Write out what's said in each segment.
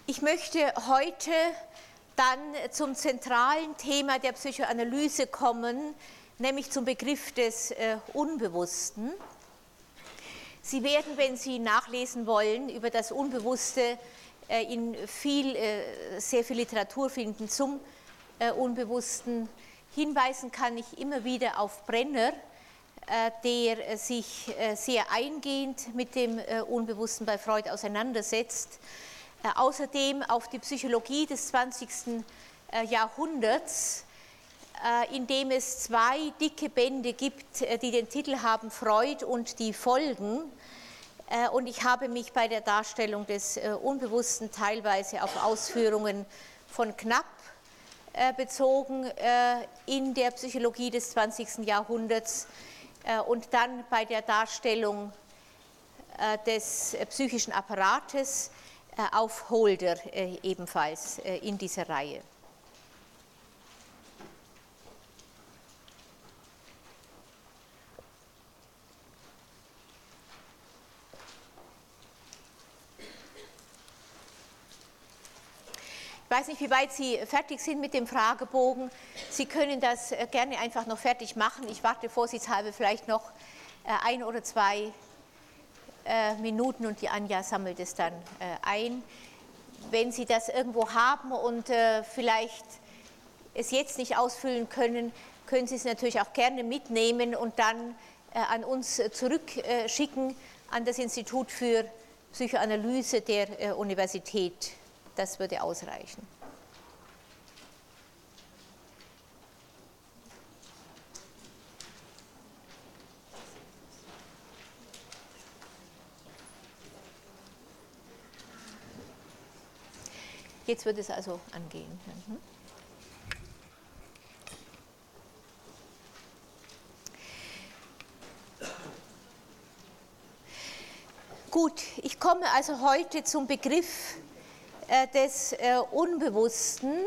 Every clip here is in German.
Ich möchte heute dann zum zentralen Thema der Psychoanalyse kommen, nämlich zum Begriff des Unbewussten. Sie werden, wenn Sie nachlesen wollen, über das Unbewusste sehr viel Literatur finden zum Unbewussten. Hinweisen kann ich immer wieder auf Brenner, der sich sehr eingehend mit dem Unbewussten bei Freud auseinandersetzt. Außerdem auf die Psychologie des 20. Jahrhunderts, in dem es zwei dicke Bände gibt, die den Titel haben Freud und die Folgen. Und ich habe mich bei der Darstellung des Unbewussten teilweise auf Ausführungen von Knapp bezogen in der Psychologie des 20. Jahrhunderts und dann bei der Darstellung des psychischen Apparates auf Holder ebenfalls in dieser Reihe. Ich weiß nicht, wie weit Sie fertig sind mit dem Fragebogen. Sie können das gerne einfach noch fertig machen. Ich warte vorsichtshalber vielleicht noch 1 oder 2 Minuten und die Anja sammelt es dann ein. Wenn Sie das irgendwo haben und vielleicht es jetzt nicht ausfüllen können, können Sie es natürlich auch gerne mitnehmen und dann an uns zurückschicken, an das Institut für Psychoanalyse der Universität. Das würde ausreichen. Jetzt wird es also angehen. Gut, ich komme also heute zum Begriff des Unbewussten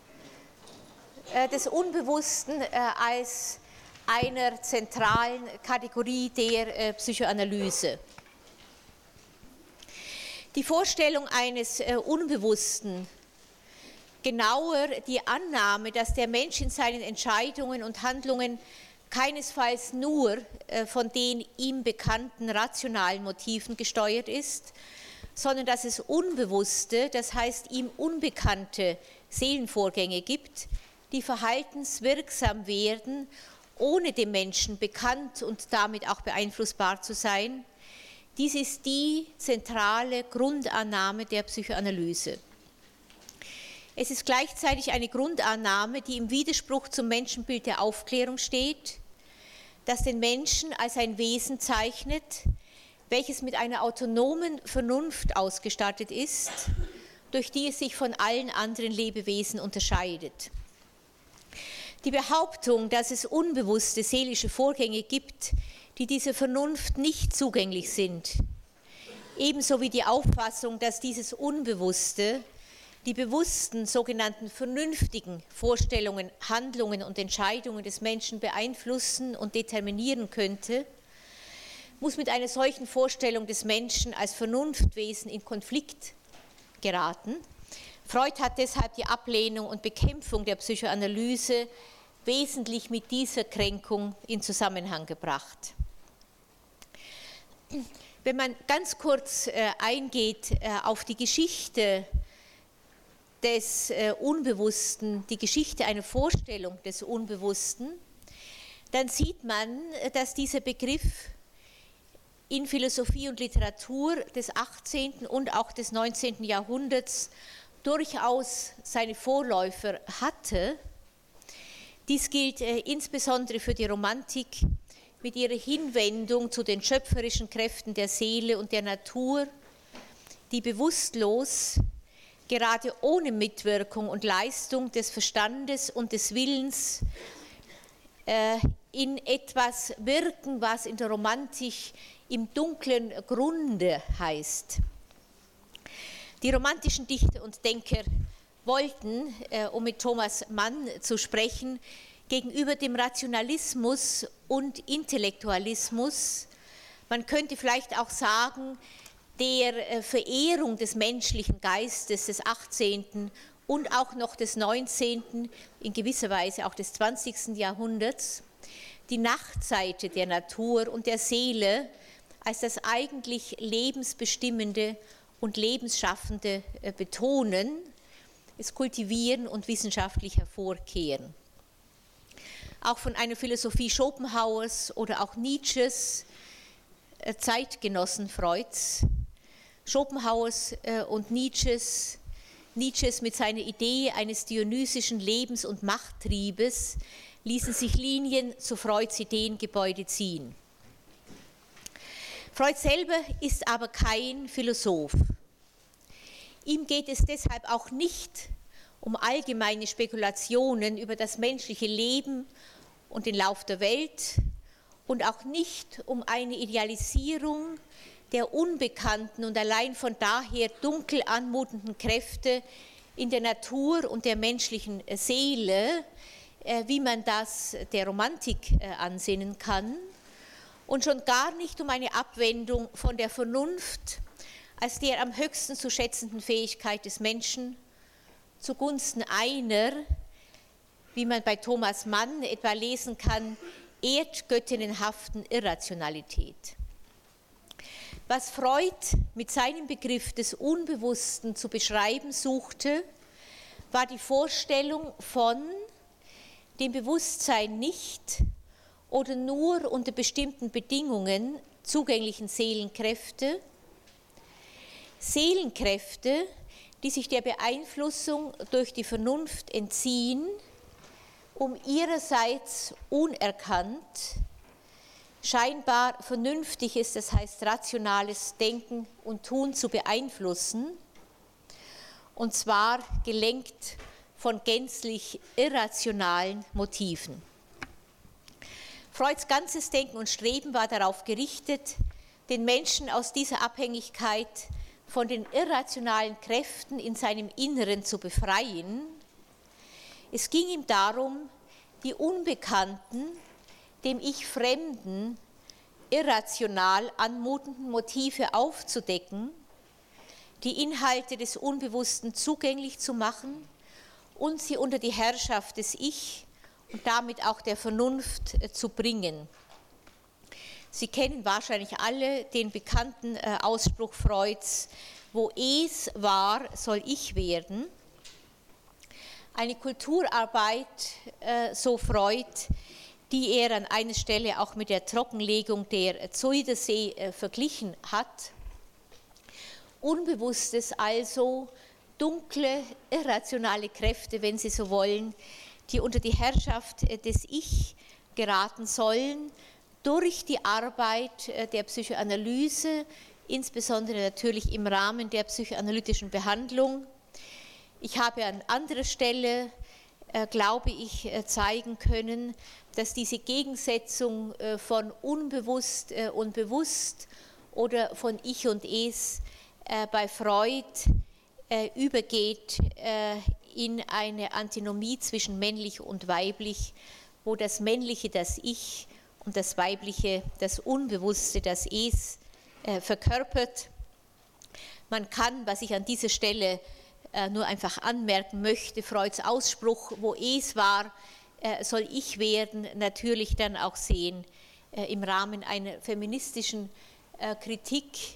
als einer zentralen Kategorie der Psychoanalyse. Die Vorstellung eines Unbewussten, genauer die Annahme, dass der Mensch in seinen Entscheidungen und Handlungen keinesfalls nur von den ihm bekannten rationalen Motiven gesteuert ist, sondern dass es unbewusste, das heißt ihm unbekannte Seelenvorgänge gibt, die verhaltenswirksam werden, ohne dem Menschen bekannt und damit auch beeinflussbar zu sein. Dies ist die zentrale Grundannahme der Psychoanalyse. Es ist gleichzeitig eine Grundannahme, die im Widerspruch zum Menschenbild der Aufklärung steht, das den Menschen als ein Wesen zeichnet, welches mit einer autonomen Vernunft ausgestattet ist, durch die es sich von allen anderen Lebewesen unterscheidet. Die Behauptung, dass es unbewusste seelische Vorgänge gibt, die dieser Vernunft nicht zugänglich sind, ebenso wie die Auffassung, dass dieses Unbewusste die bewussten, sogenannten vernünftigen Vorstellungen, Handlungen und Entscheidungen des Menschen beeinflussen und determinieren könnte, muss mit einer solchen Vorstellung des Menschen als Vernunftwesen in Konflikt geraten. Freud hat deshalb die Ablehnung und Bekämpfung der Psychoanalyse wesentlich mit dieser Kränkung in Zusammenhang gebracht. Wenn man ganz kurz eingeht auf die Geschichte des Unbewussten, die Geschichte einer Vorstellung des Unbewussten, dann sieht man, dass dieser Begriff in Philosophie und Literatur des 18. und auch des 19. Jahrhunderts durchaus seine Vorläufer hatte. Dies gilt insbesondere für die Romantik mit ihrer Hinwendung zu den schöpferischen Kräften der Seele und der Natur, die bewusstlos, gerade ohne Mitwirkung und Leistung des Verstandes und des Willens in etwas wirken, was in der Romantik im dunklen Grunde heißt. Die romantischen Dichter und Denker wollten, um mit Thomas Mann zu sprechen, gegenüber dem Rationalismus und Intellektualismus, man könnte vielleicht auch sagen, der Verehrung des menschlichen Geistes des 18. und auch noch des 19., in gewisser Weise auch des 20. Jahrhunderts, die Nachtseite der Natur und der Seele als das eigentlich Lebensbestimmende und Lebensschaffende betonen, es kultivieren und wissenschaftlich hervorkehren. Auch von einer Philosophie Schopenhauers oder auch Nietzsches, Zeitgenossen Freuds, Schopenhauers und Nietzsches mit seiner Idee eines dionysischen Lebens- und Machttriebes ließen sich Linien zu Freuds Ideengebäude ziehen. Freud selber ist aber kein Philosoph. Ihm geht es deshalb auch nicht um allgemeine Spekulationen über das menschliche Leben und den Lauf der Welt und auch nicht um eine Idealisierung der unbekannten und allein von daher dunkel anmutenden Kräfte in der Natur und der menschlichen Seele, wie man das der Romantik ansinnen kann, und schon gar nicht um eine Abwendung von der Vernunft als der am höchsten zu schätzenden Fähigkeit des Menschen zugunsten einer, wie man bei Thomas Mann etwa lesen kann, erdgöttinnenhaften Irrationalität. Was Freud mit seinem Begriff des Unbewussten zu beschreiben suchte, war die Vorstellung von dem Bewusstsein nicht oder nur unter bestimmten Bedingungen zugänglichen Seelenkräfte, die sich der Beeinflussung durch die Vernunft entziehen, um ihrerseits unerkannt scheinbar vernünftiges, das heißt rationales Denken und Tun zu beeinflussen, und zwar gelenkt von gänzlich irrationalen Motiven. Freuds ganzes Denken und Streben war darauf gerichtet, den Menschen aus dieser Abhängigkeit von den irrationalen Kräften in seinem Inneren zu befreien. Es ging ihm darum, die unbekannten, dem Ich fremden, irrational anmutenden Motive aufzudecken, die Inhalte des Unbewussten zugänglich zu machen und sie unter die Herrschaft des Ich und damit auch der Vernunft zu bringen. Sie kennen wahrscheinlich alle den bekannten Ausspruch Freuds: Wo es war, soll ich werden. Eine Kulturarbeit, so Freud, die er an einer Stelle auch mit der Trockenlegung der Zuidersee verglichen hat. Unbewusstes also, dunkle, irrationale Kräfte, wenn Sie so wollen, die unter die Herrschaft des Ich geraten sollen, durch die Arbeit der Psychoanalyse, insbesondere natürlich im Rahmen der psychoanalytischen Behandlung. Ich habe an anderer Stelle, glaube ich, zeigen können, dass diese Gegensetzung von unbewusst und bewusst oder von Ich und Es bei Freud übergeht in eine Antinomie zwischen männlich und weiblich, wo das Männliche das Ich und das Weibliche das Unbewusste, das Es verkörpert. Man kann, was ich an dieser Stelle nur einfach anmerken möchte, Freuds Ausspruch, wo es war, soll ich werden, natürlich dann auch sehen im Rahmen einer feministischen Kritik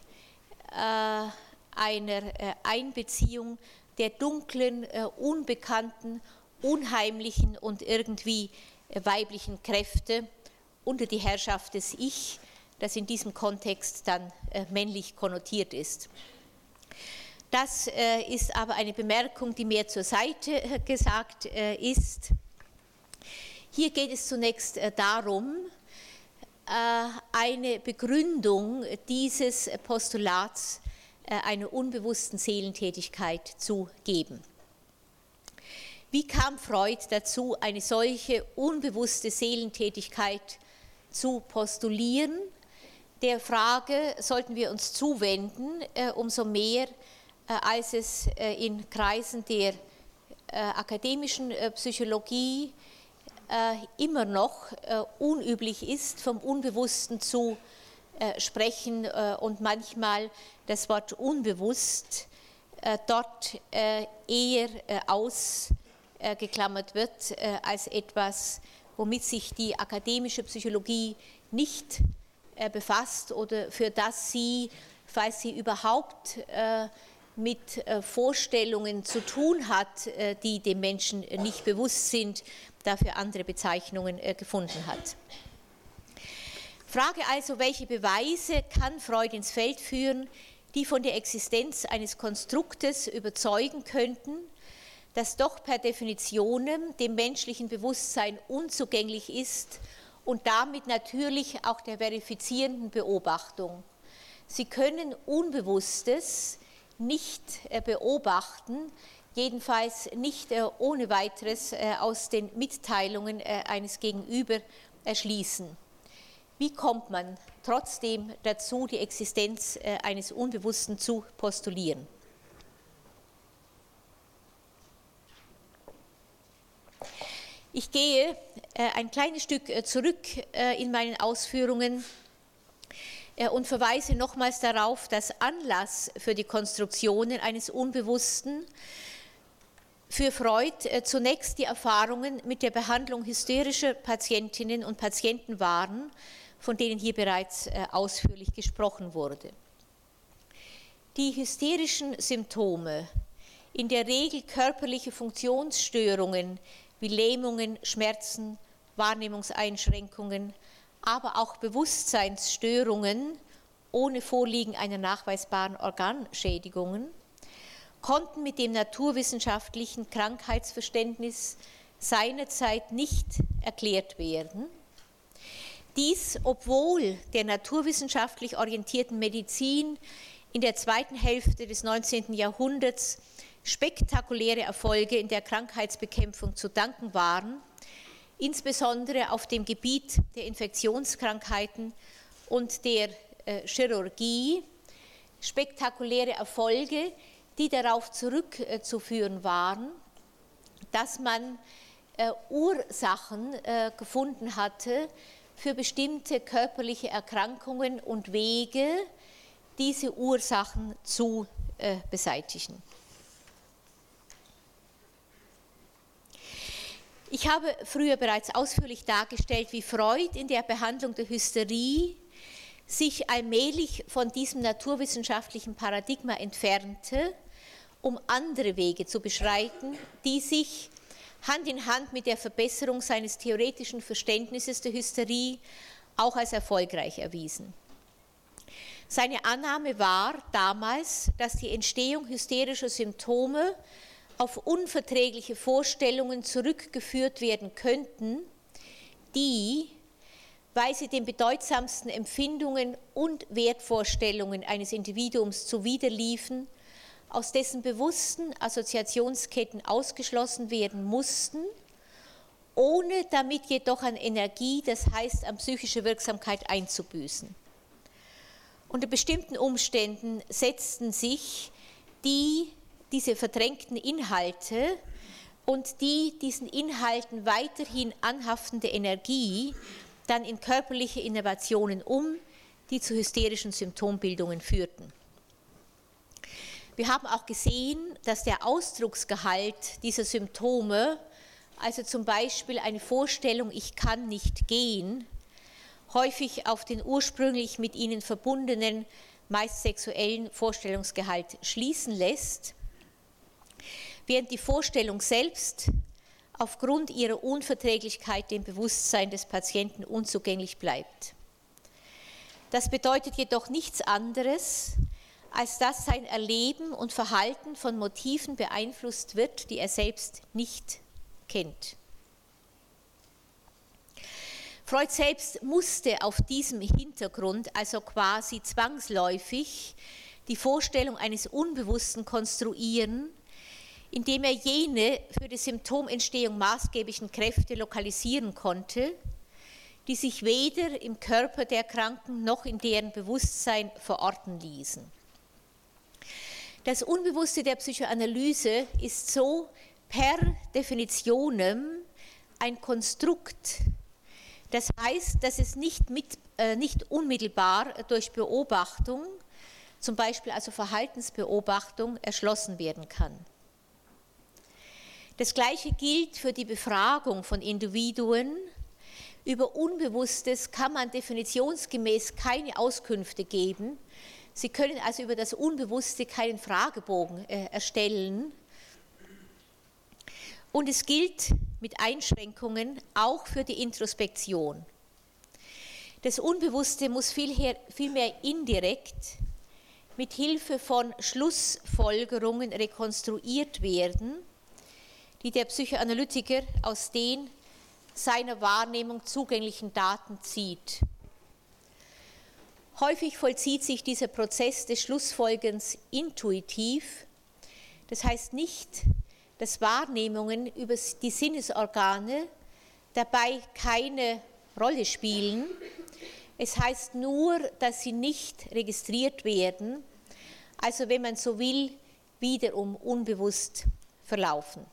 einer Einbeziehung der dunklen, unbekannten, unheimlichen und irgendwie weiblichen Kräfte unter die Herrschaft des Ich, das in diesem Kontext dann männlich konnotiert ist. Das ist aber eine Bemerkung, die mehr zur Seite gesagt ist. Hier geht es zunächst darum, eine Begründung dieses Postulats einer unbewussten Seelentätigkeit zu geben. Wie kam Freud dazu, eine solche unbewusste Seelentätigkeit zu postulieren? Der Frage sollten wir uns zuwenden, umso mehr, als es in Kreisen der akademischen Psychologie immer noch unüblich ist, vom Unbewussten zu sprechen und manchmal das Wort unbewusst dort eher ausgeklammert wird als etwas, womit sich die akademische Psychologie nicht befasst oder für das sie, falls sie überhaupt mit Vorstellungen zu tun hat, die dem Menschen nicht bewusst sind, dafür andere Bezeichnungen gefunden hat. Frage also, welche Beweise kann Freud ins Feld führen, die von der Existenz eines Konstruktes überzeugen könnten, das doch per Definition dem menschlichen Bewusstsein unzugänglich ist und damit natürlich auch der verifizierenden Beobachtung. Sie können Unbewusstes nicht beobachten, jedenfalls nicht ohne weiteres aus den Mitteilungen eines Gegenüber erschließen. Wie kommt man trotzdem dazu, die Existenz eines Unbewussten zu postulieren? Ich gehe ein kleines Stück zurück in meinen Ausführungen und verweise nochmals darauf, dass Anlass für die Konstruktionen eines Unbewussten für Freud zunächst die Erfahrungen mit der Behandlung hysterischer Patientinnen und Patienten waren, von denen hier bereits ausführlich gesprochen wurde. Die hysterischen Symptome, in der Regel körperliche Funktionsstörungen wie Lähmungen, Schmerzen, Wahrnehmungseinschränkungen, aber auch Bewusstseinsstörungen ohne Vorliegen einer nachweisbaren Organschädigungen, konnten mit dem naturwissenschaftlichen Krankheitsverständnis seinerzeit nicht erklärt werden. Dies, obwohl der naturwissenschaftlich orientierten Medizin in der zweiten Hälfte des 19. Jahrhunderts spektakuläre Erfolge in der Krankheitsbekämpfung zu danken waren, insbesondere auf dem Gebiet der Infektionskrankheiten und der Chirurgie, spektakuläre Erfolge, die darauf zurückzuführen waren, dass man Ursachen gefunden hatte für bestimmte körperliche Erkrankungen und Wege, diese Ursachen zu beseitigen. Ich habe früher bereits ausführlich dargestellt, wie Freud in der Behandlung der Hysterie sich allmählich von diesem naturwissenschaftlichen Paradigma entfernte, um andere Wege zu beschreiten, die sich Hand in Hand mit der Verbesserung seines theoretischen Verständnisses der Hysterie auch als erfolgreich erwiesen. Seine Annahme war damals, dass die Entstehung hysterischer Symptome auf unverträgliche Vorstellungen zurückgeführt werden könnten, die, weil sie den bedeutsamsten Empfindungen und Wertvorstellungen eines Individuums zuwiderliefen, aus dessen bewussten Assoziationsketten ausgeschlossen werden mussten, ohne damit jedoch an Energie, das heißt an psychische Wirksamkeit einzubüßen. Unter bestimmten Umständen setzten sich diese verdrängten Inhalte und die diesen Inhalten weiterhin anhaftende Energie dann in körperliche Innervationen um, die zu hysterischen Symptombildungen führten. Wir haben auch gesehen, dass der Ausdrucksgehalt dieser Symptome, also zum Beispiel eine Vorstellung, ich kann nicht gehen, häufig auf den ursprünglich mit ihnen verbundenen, meist sexuellen Vorstellungsgehalt schließen lässt, während die Vorstellung selbst aufgrund ihrer Unverträglichkeit dem Bewusstsein des Patienten unzugänglich bleibt. Das bedeutet jedoch nichts anderes, als dass sein Erleben und Verhalten von Motiven beeinflusst wird, die er selbst nicht kennt. Freud selbst musste auf diesem Hintergrund, also quasi zwangsläufig, die Vorstellung eines Unbewussten konstruieren, indem er jene für die Symptomentstehung maßgeblichen Kräfte lokalisieren konnte, die sich weder im Körper der Kranken noch in deren Bewusstsein verorten ließen. Das Unbewusste der Psychoanalyse ist so per Definitionem ein Konstrukt, Das heißt, dass es nicht unmittelbar durch Beobachtung, zum Beispiel also Verhaltensbeobachtung, erschlossen werden kann. Das Gleiche gilt für die Befragung von Individuen. Über Unbewusstes kann man definitionsgemäß keine Auskünfte geben. Sie können also über das Unbewusste keinen Fragebogen erstellen. Und es gilt mit Einschränkungen auch für die Introspektion. Das Unbewusste muss vielmehr indirekt mit Hilfe von Schlussfolgerungen rekonstruiert werden, die der Psychoanalytiker aus den seiner Wahrnehmung zugänglichen Daten zieht. Häufig vollzieht sich dieser Prozess des Schlussfolgerns intuitiv, das heißt nicht, dass Wahrnehmungen über die Sinnesorgane dabei keine Rolle spielen. Es heißt nur, dass sie nicht registriert werden, also wenn man so will, wiederum unbewusst verlaufen.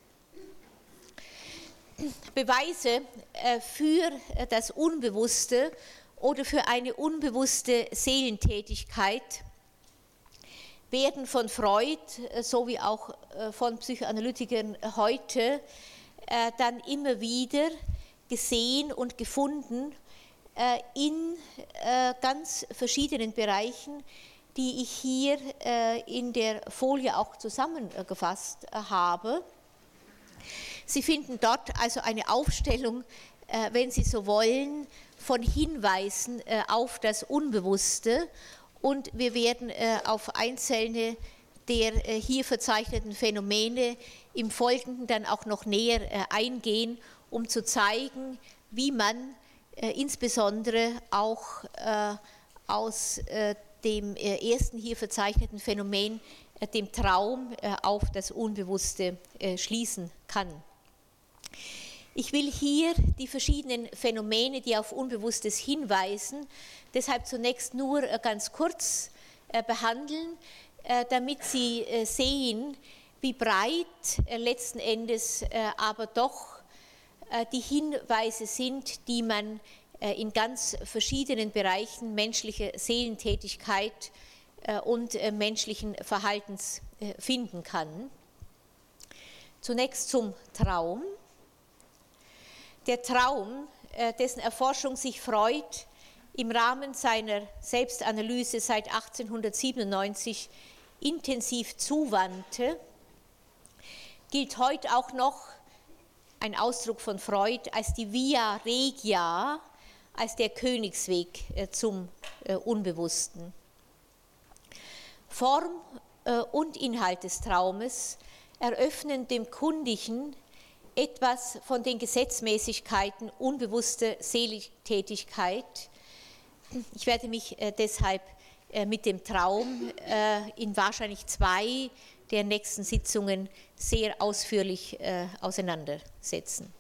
Beweise für das Unbewusste oder für eine unbewusste Seelentätigkeit werden von Freud sowie auch von Psychoanalytikern heute dann immer wieder gesehen und gefunden in ganz verschiedenen Bereichen, die ich hier in der Folie auch zusammengefasst habe. Sie finden dort also eine Aufstellung, wenn Sie so wollen, von Hinweisen auf das Unbewusste, und wir werden auf einzelne der hier verzeichneten Phänomene im Folgenden dann auch noch näher eingehen, um zu zeigen, wie man insbesondere auch aus dem ersten hier verzeichneten Phänomen, dem Traum, auf das Unbewusste schließen kann. Ich will hier die verschiedenen Phänomene, die auf Unbewusstes hinweisen, deshalb zunächst nur ganz kurz behandeln, damit Sie sehen, wie breit letzten Endes aber doch die Hinweise sind, die man in ganz verschiedenen Bereichen menschlicher Seelentätigkeit und menschlichen Verhaltens finden kann. Zunächst zum Traum. Der Traum, dessen Erforschung sich Freud im Rahmen seiner Selbstanalyse seit 1897 intensiv zuwandte, gilt heute auch noch, ein Ausdruck von Freud, als die Via Regia, als der Königsweg zum Unbewussten. Form und Inhalt des Traumes eröffnen dem Kundigen etwas von den Gesetzmäßigkeiten unbewusster Seelentätigkeit. Ich werde mich deshalb mit dem Traum in wahrscheinlich 2 der nächsten Sitzungen sehr ausführlich auseinandersetzen.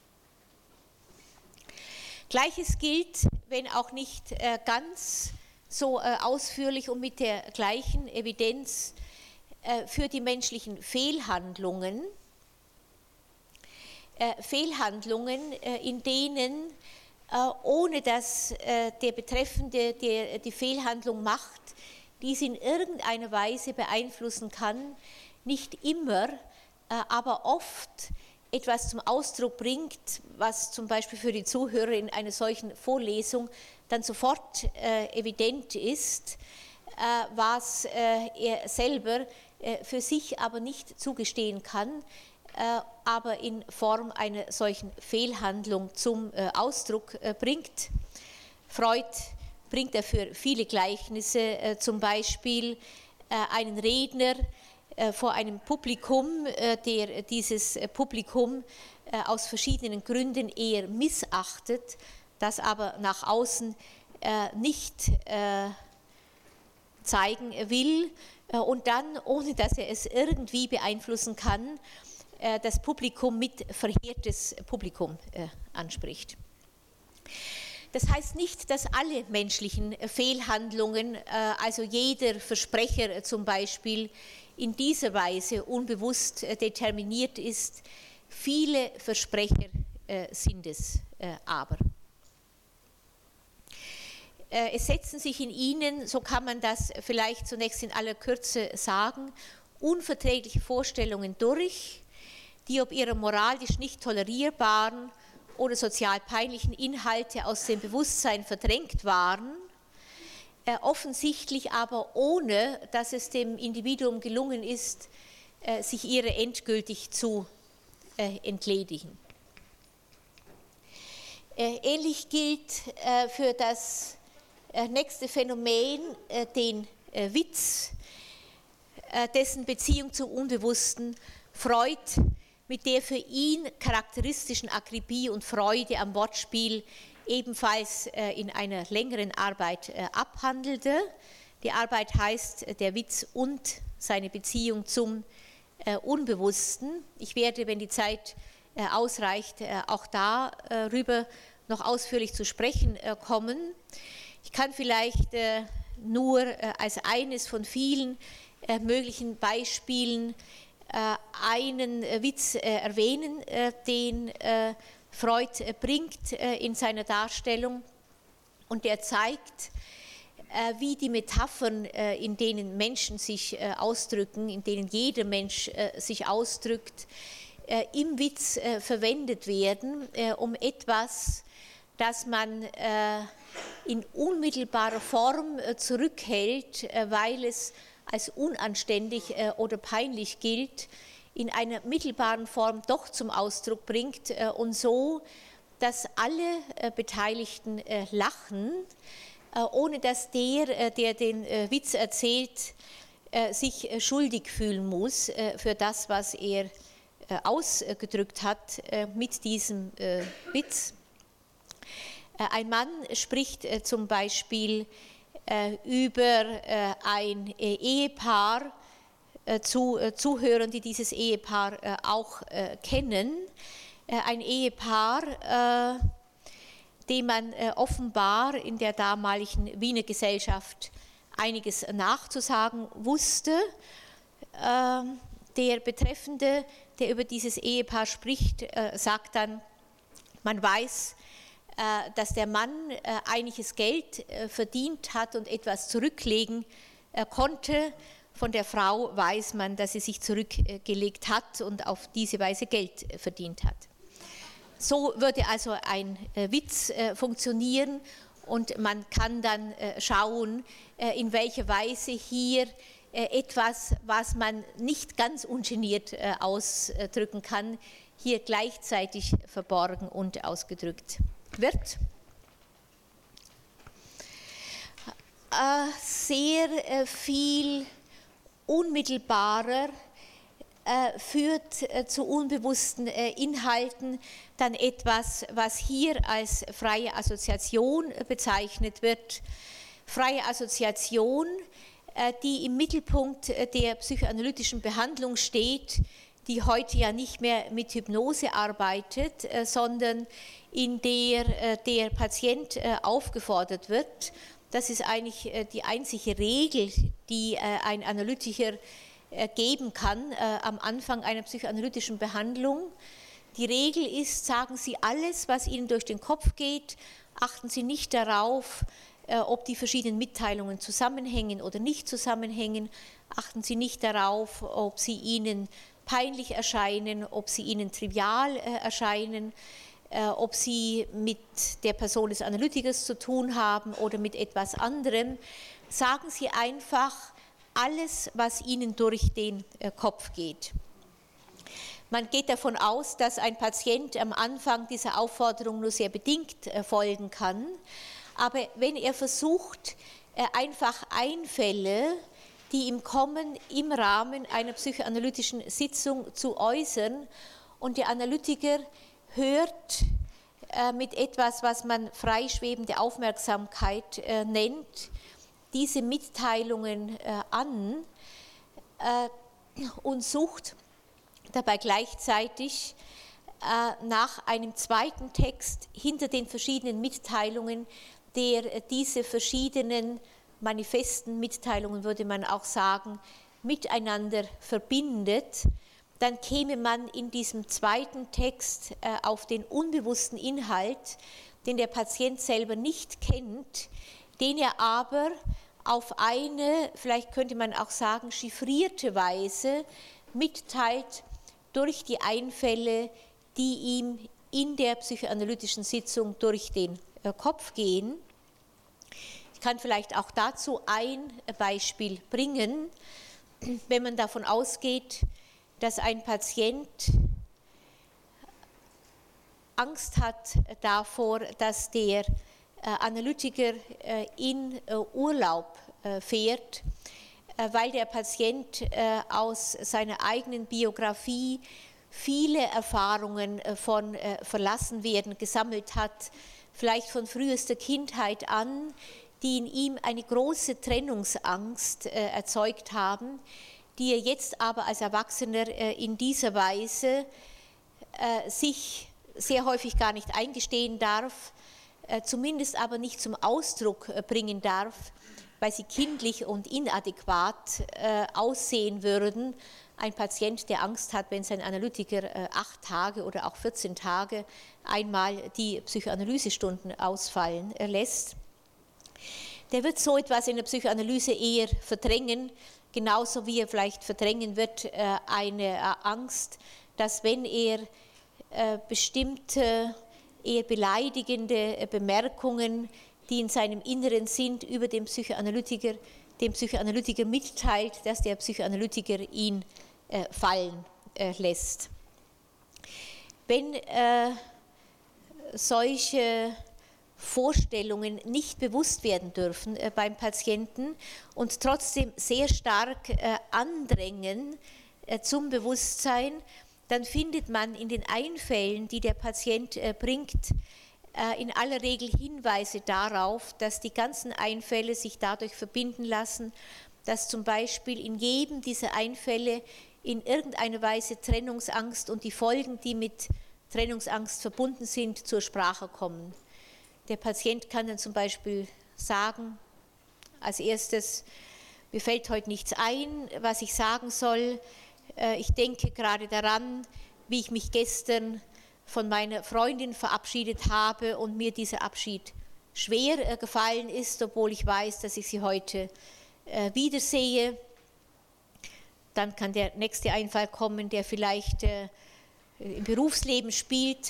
Gleiches gilt, wenn auch nicht ganz so ausführlich und mit der gleichen Evidenz, für die menschlichen Fehlhandlungen. Fehlhandlungen, in denen, ohne dass der Betreffende, der die Fehlhandlung macht, dies in irgendeiner Weise beeinflussen kann, nicht immer, aber oft etwas zum Ausdruck bringt, was zum Beispiel für die Zuhörer in einer solchen Vorlesung dann sofort evident ist, was er selber für sich aber nicht zugestehen kann, aber in Form einer solchen Fehlhandlung zum Ausdruck bringt. Freud bringt dafür viele Gleichnisse, zum Beispiel einen Redner vor einem Publikum, der dieses Publikum aus verschiedenen Gründen eher missachtet, das aber nach außen nicht zeigen will und dann, ohne dass er es irgendwie beeinflussen kann, das Publikum mit verheertes Publikum anspricht. Das heißt nicht, dass alle menschlichen Fehlhandlungen, also jeder Versprecher zum Beispiel, in dieser Weise unbewusst determiniert ist. Viele Versprecher sind es aber. Es setzen sich in ihnen, so kann man das vielleicht zunächst in aller Kürze sagen, unverträgliche Vorstellungen durch, die ob ihrer moralisch nicht tolerierbaren oder sozial peinlichen Inhalte aus dem Bewusstsein verdrängt waren, offensichtlich aber ohne, dass es dem Individuum gelungen ist, sich ihrer endgültig zu entledigen. Ähnlich gilt für das nächste Phänomen, den Witz, dessen Beziehung zum Unbewussten Freud mit der für ihn charakteristischen Akribie und Freude am Wortspiel ebenfalls in einer längeren Arbeit abhandelte. Die Arbeit heißt Der Witz und seine Beziehung zum Unbewussten. Ich werde, wenn die Zeit ausreicht, auch darüber noch ausführlich zu sprechen kommen. Ich kann vielleicht nur als eines von vielen möglichen Beispielen einen Witz erwähnen, den Freud bringt in seiner Darstellung, und der zeigt, wie die Metaphern, in denen Menschen sich ausdrücken, in denen jeder Mensch sich ausdrückt, im Witz verwendet werden, um etwas, das man in unmittelbarer Form zurückhält, weil es als unanständig oder peinlich gilt, in einer mittelbaren Form doch zum Ausdruck bringt und so, dass alle Beteiligten lachen, ohne dass der den Witz erzählt, sich schuldig fühlen muss für das, was er ausgedrückt hat mit diesem Witz. Ein Mann spricht zum Beispiel über ein Ehepaar zu Zuhörern, die dieses Ehepaar auch kennen. Ein Ehepaar, dem man offenbar in der damaligen Wiener Gesellschaft einiges nachzusagen wusste. Der Betreffende, der über dieses Ehepaar spricht, sagt dann, man weiß, dass der Mann einiges Geld verdient hat und etwas zurücklegen konnte. Von der Frau weiß man, dass sie sich zurückgelegt hat und auf diese Weise Geld verdient hat. So würde also ein Witz funktionieren und man kann dann schauen, in welcher Weise hier etwas, was man nicht ganz ungeniert ausdrücken kann, hier gleichzeitig verborgen und ausgedrückt wird. Sehr viel unmittelbarer führt zu unbewussten Inhalten dann etwas, was hier als freie Assoziation bezeichnet wird. Freie Assoziation, die im Mittelpunkt der psychoanalytischen Behandlung steht, die heute ja nicht mehr mit Hypnose arbeitet, sondern in der der Patient aufgefordert wird. Das ist eigentlich die einzige Regel, die ein Analytiker geben kann am Anfang einer psychoanalytischen Behandlung. Die Regel ist, sagen Sie alles, was Ihnen durch den Kopf geht, achten Sie nicht darauf, ob die verschiedenen Mitteilungen zusammenhängen oder nicht zusammenhängen, achten Sie nicht darauf, ob sie Ihnen peinlich erscheinen, ob sie Ihnen trivial erscheinen, ob Sie mit der Person des Analytikers zu tun haben oder mit etwas anderem. Sagen Sie einfach alles, was Ihnen durch den Kopf geht. Man geht davon aus, dass ein Patient am Anfang dieser Aufforderung nur sehr bedingt folgen kann, aber wenn er versucht, einfach Einfälle, die ihm kommen, im Rahmen einer psychoanalytischen Sitzung zu äußern und der Analytiker hört mit etwas, was man freischwebende Aufmerksamkeit nennt, diese Mitteilungen an und sucht dabei gleichzeitig nach einem zweiten Text hinter den verschiedenen Mitteilungen, der diese verschiedenen manifesten Mitteilungen, würde man auch sagen, miteinander verbindet, dann käme man in diesem zweiten Text auf den unbewussten Inhalt, den der Patient selber nicht kennt, den er aber auf eine, vielleicht könnte man auch sagen, chiffrierte Weise mitteilt durch die Einfälle, die ihm in der psychoanalytischen Sitzung durch den Kopf gehen. Ich kann vielleicht auch dazu ein Beispiel bringen, wenn man davon ausgeht, dass ein Patient Angst hat davor, dass der Analytiker in Urlaub fährt, weil der Patient aus seiner eigenen Biografie viele Erfahrungen von Verlassenwerden gesammelt hat, vielleicht von frühester Kindheit an, die in ihm eine große Trennungsangst erzeugt haben, die er jetzt aber als Erwachsener in dieser Weise sich sehr häufig gar nicht eingestehen darf, zumindest aber nicht zum Ausdruck bringen darf, weil sie kindlich und inadäquat aussehen würden. Ein Patient, der Angst hat, wenn sein Analytiker 8 Tage oder auch 14 Tage einmal die Psychoanalysestunden ausfallen lässt, der wird so etwas in der Psychoanalyse eher verdrängen, genauso wie er vielleicht verdrängen wird eine Angst, dass wenn er bestimmte eher beleidigende Bemerkungen, die in seinem Inneren sind, über den Psychoanalytiker, dem Psychoanalytiker mitteilt, dass der Psychoanalytiker ihn fallen lässt. Wenn solche Vorstellungen nicht bewusst werden dürfen beim Patienten und trotzdem sehr stark andrängen zum Bewusstsein, dann findet man in den Einfällen, die der Patient bringt, in aller Regel Hinweise darauf, dass die ganzen Einfälle sich dadurch verbinden lassen, dass zum Beispiel in jedem dieser Einfälle in irgendeiner Weise Trennungsangst und die Folgen, die mit Trennungsangst verbunden sind, zur Sprache kommen. Der Patient kann dann zum Beispiel sagen, als erstes, mir fällt heute nichts ein, was ich sagen soll. Ich denke gerade daran, wie ich mich gestern von meiner Freundin verabschiedet habe und mir dieser Abschied schwer gefallen ist, obwohl ich weiß, dass ich sie heute wiedersehe. Dann kann der nächste Einfall kommen, der vielleicht im Berufsleben spielt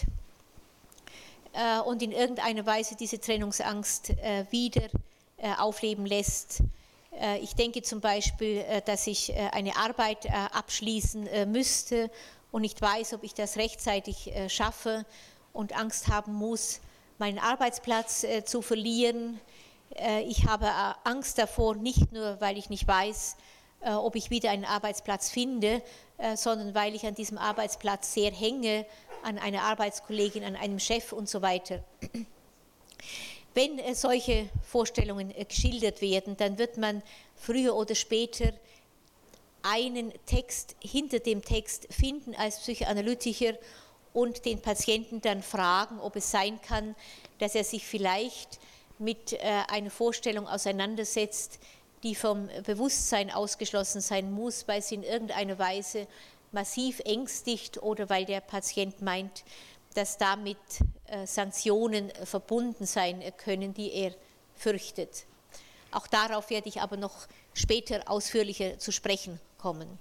und in irgendeiner Weise diese Trennungsangst wieder aufleben lässt. Ich denke zum Beispiel, dass ich eine Arbeit abschließen müsste und nicht weiß, ob ich das rechtzeitig schaffe und Angst haben muss, meinen Arbeitsplatz zu verlieren. Ich habe Angst davor, nicht nur, weil ich nicht weiß, ob ich wieder einen Arbeitsplatz finde, sondern weil ich an diesem Arbeitsplatz sehr hänge, an einer Arbeitskollegin, an einem Chef und so weiter. Wenn solche Vorstellungen geschildert werden, dann wird man früher oder später einen Text hinter dem Text finden als Psychoanalytiker und den Patienten dann fragen, ob es sein kann, dass er sich vielleicht mit einer Vorstellung auseinandersetzt, die vom Bewusstsein ausgeschlossen sein muss, weil sie in irgendeiner Weise massiv ängstigt oder weil der Patient meint, dass damit Sanktionen verbunden sein können, die er fürchtet. Auch darauf werde ich aber noch später ausführlicher zu sprechen kommen.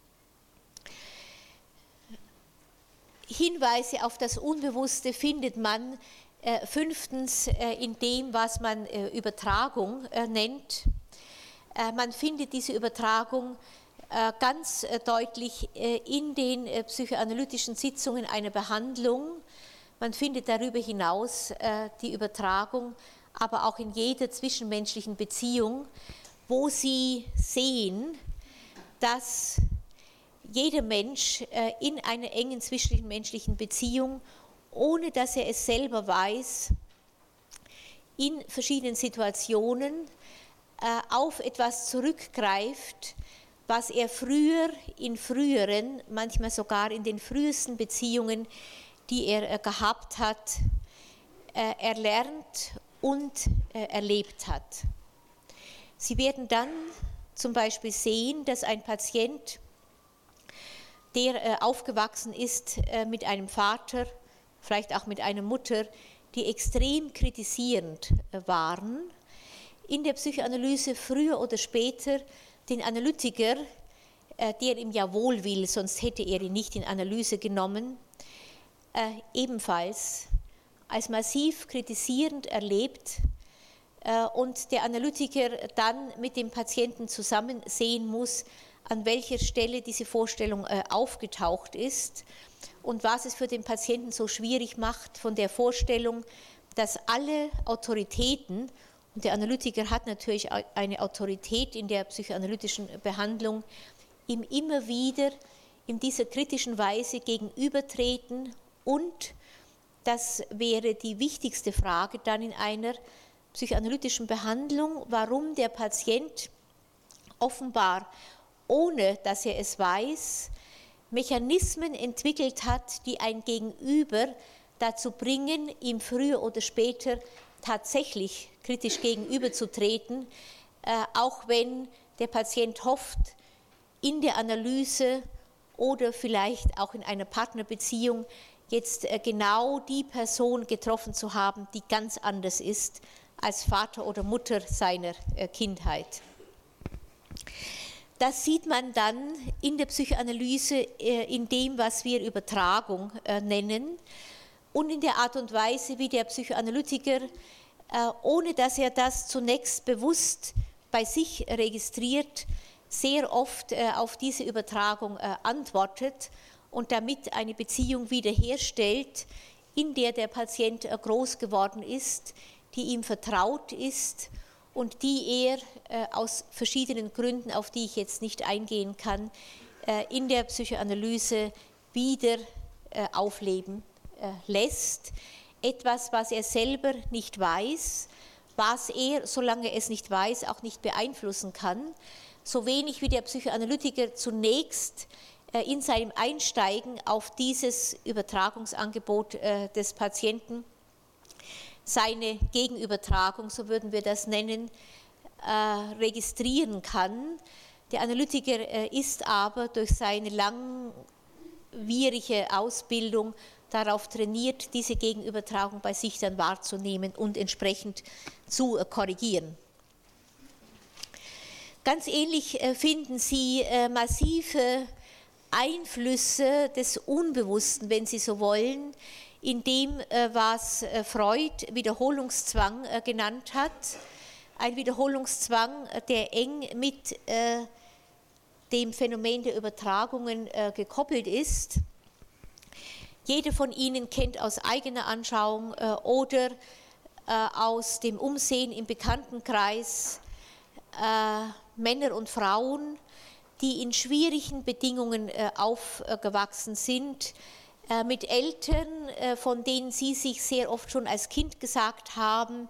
Hinweise auf das Unbewusste findet man fünftens in dem, was man Übertragung nennt. Man findet diese Übertragung ganz deutlich in den psychoanalytischen Sitzungen einer Behandlung. Man findet darüber hinaus die Übertragung, aber auch in jeder zwischenmenschlichen Beziehung, wo Sie sehen, dass jeder Mensch in einer engen zwischenmenschlichen Beziehung, ohne dass er es selber weiß, in verschiedenen Situationen auf etwas zurückgreift, was er früher in früheren, manchmal sogar in den frühesten Beziehungen, die er gehabt hat, erlernt und erlebt hat. Sie werden dann zum Beispiel sehen, dass ein Patient, der aufgewachsen ist mit einem Vater, vielleicht auch mit einer Mutter, die extrem kritisierend waren, in der Psychoanalyse früher oder später den Analytiker, der ihm ja wohl will, sonst hätte er ihn nicht in Analyse genommen, ebenfalls als massiv kritisierend erlebt und der Analytiker dann mit dem Patienten zusammen sehen muss, an welcher Stelle diese Vorstellung aufgetaucht ist und was es für den Patienten so schwierig macht von der Vorstellung, dass alle Autoritäten, und der Analytiker hat natürlich eine Autorität in der psychoanalytischen Behandlung, ihm immer wieder in dieser kritischen Weise gegenübertreten und das wäre die wichtigste Frage dann in einer psychoanalytischen Behandlung, warum der Patient offenbar, ohne dass er es weiß, Mechanismen entwickelt hat, die ein Gegenüber dazu bringen, ihm früher oder später tatsächlich kritisch gegenüberzutreten, auch wenn der Patient hofft, in der Analyse oder vielleicht auch in einer Partnerbeziehung jetzt genau die Person getroffen zu haben, die ganz anders ist als Vater oder Mutter seiner Kindheit. Das sieht man dann in der Psychoanalyse in dem, was wir Übertragung nennen und in der Art und Weise, wie der Psychoanalytiker, ohne dass er das zunächst bewusst bei sich registriert, sehr oft auf diese Übertragung antwortet und damit eine Beziehung wiederherstellt, in der der Patient groß geworden ist, die ihm vertraut ist und die er aus verschiedenen Gründen, auf die ich jetzt nicht eingehen kann, in der Psychoanalyse wieder aufleben lässt. Etwas, was er selber nicht weiß, was er, solange er es nicht weiß, auch nicht beeinflussen kann. So wenig wie der Psychoanalytiker zunächst in seinem Einsteigen auf dieses Übertragungsangebot des Patienten seine Gegenübertragung, so würden wir das nennen, registrieren kann. Der Analytiker ist aber durch seine langwierige Ausbildung darauf trainiert, diese Gegenübertragung bei sich dann wahrzunehmen und entsprechend zu korrigieren. Ganz ähnlich finden Sie massive Einflüsse des Unbewussten, wenn Sie so wollen, in dem, was Freud Wiederholungszwang genannt hat. Ein Wiederholungszwang, der eng mit dem Phänomen der Übertragungen gekoppelt ist. Jeder von Ihnen kennt aus eigener Anschauung oder aus dem Umsehen im Bekanntenkreis Männer und Frauen, die in schwierigen Bedingungen aufgewachsen sind, mit Eltern, von denen sie sich sehr oft schon als Kind gesagt haben,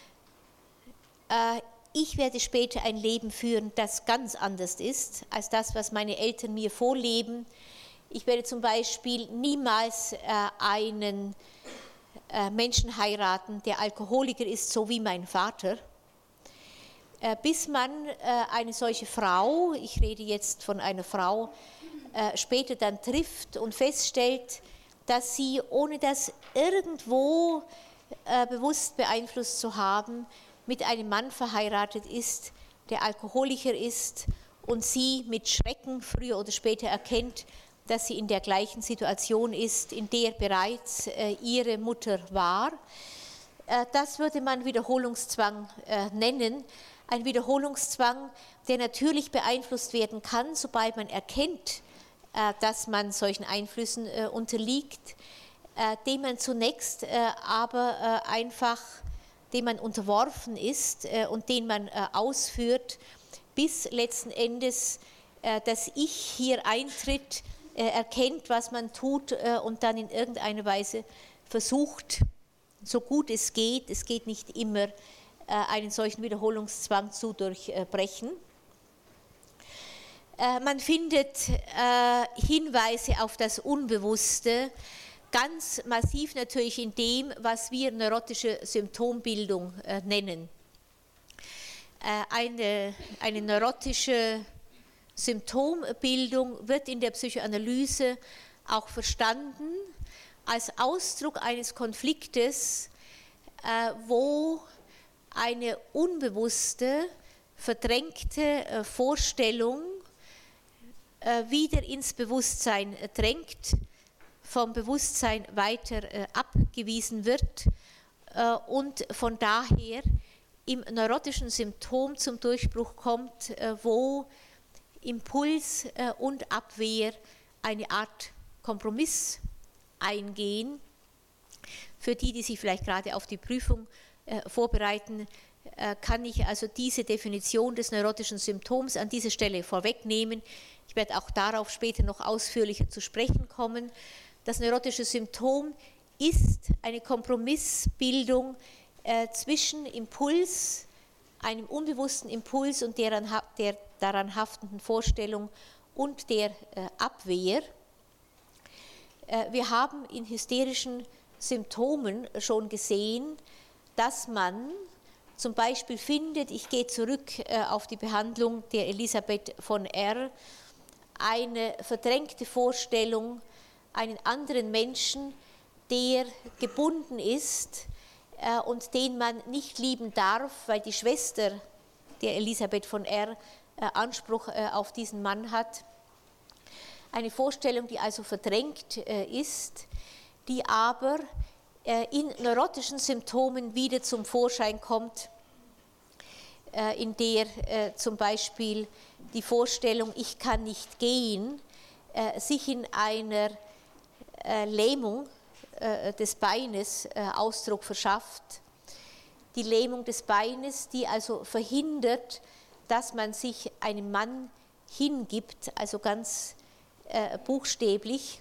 ich werde später ein Leben führen, das ganz anders ist als das, was meine Eltern mir vorleben. Ich werde zum Beispiel niemals einen Menschen heiraten, der Alkoholiker ist, so wie mein Vater. Bis man eine solche Frau, ich rede jetzt von einer Frau, später dann trifft und feststellt, dass sie, ohne das irgendwo bewusst beeinflusst zu haben, mit einem Mann verheiratet ist, der Alkoholiker ist und sie mit Schrecken früher oder später erkennt, dass sie in der gleichen Situation ist, in der bereits ihre Mutter war. Das würde man Wiederholungszwang nennen. Ein Wiederholungszwang, der natürlich beeinflusst werden kann, sobald man erkennt, dass man solchen Einflüssen unterliegt, dem man zunächst aber einfach, dem man unterworfen ist und den man ausführt, bis letzten Endes das Ich hier eintritt, erkennt, was man tut und dann in irgendeiner Weise versucht, so gut es geht nicht immer, einen solchen Wiederholungszwang zu durchbrechen. Man findet Hinweise auf das Unbewusste, ganz massiv natürlich in dem, was wir neurotische Symptombildung nennen. Eine neurotische Symptombildung wird in der Psychoanalyse auch verstanden als Ausdruck eines Konfliktes, wo eine unbewusste, verdrängte Vorstellung wieder ins Bewusstsein drängt, vom Bewusstsein weiter abgewiesen wird und von daher im neurotischen Symptom zum Durchbruch kommt, wo Impuls und Abwehr eine Art Kompromiss eingehen. Für die, die sich vielleicht gerade auf die Prüfung vorbereiten, kann ich also diese Definition des neurotischen Symptoms an dieser Stelle vorwegnehmen. Ich werde auch darauf später noch ausführlicher zu sprechen kommen. Das neurotische Symptom ist eine Kompromissbildung zwischen Impuls, einem unbewussten Impuls und der daran haftenden Vorstellung und der Abwehr. Wir haben in hysterischen Symptomen schon gesehen, dass man zum Beispiel findet, ich gehe zurück auf die Behandlung der Elisabeth von R., eine verdrängte Vorstellung, einen anderen Menschen, der gebunden ist und den man nicht lieben darf, weil die Schwester der Elisabeth von R. Anspruch auf diesen Mann hat. Eine Vorstellung, die also verdrängt ist, die aber in neurotischen Symptomen wieder zum Vorschein kommt, in der zum Beispiel die Vorstellung, ich kann nicht gehen, sich in einer Lähmung des Beines Ausdruck verschafft. Die Lähmung des Beines, die also verhindert, dass man sich einem Mann hingibt, also ganz buchstäblich.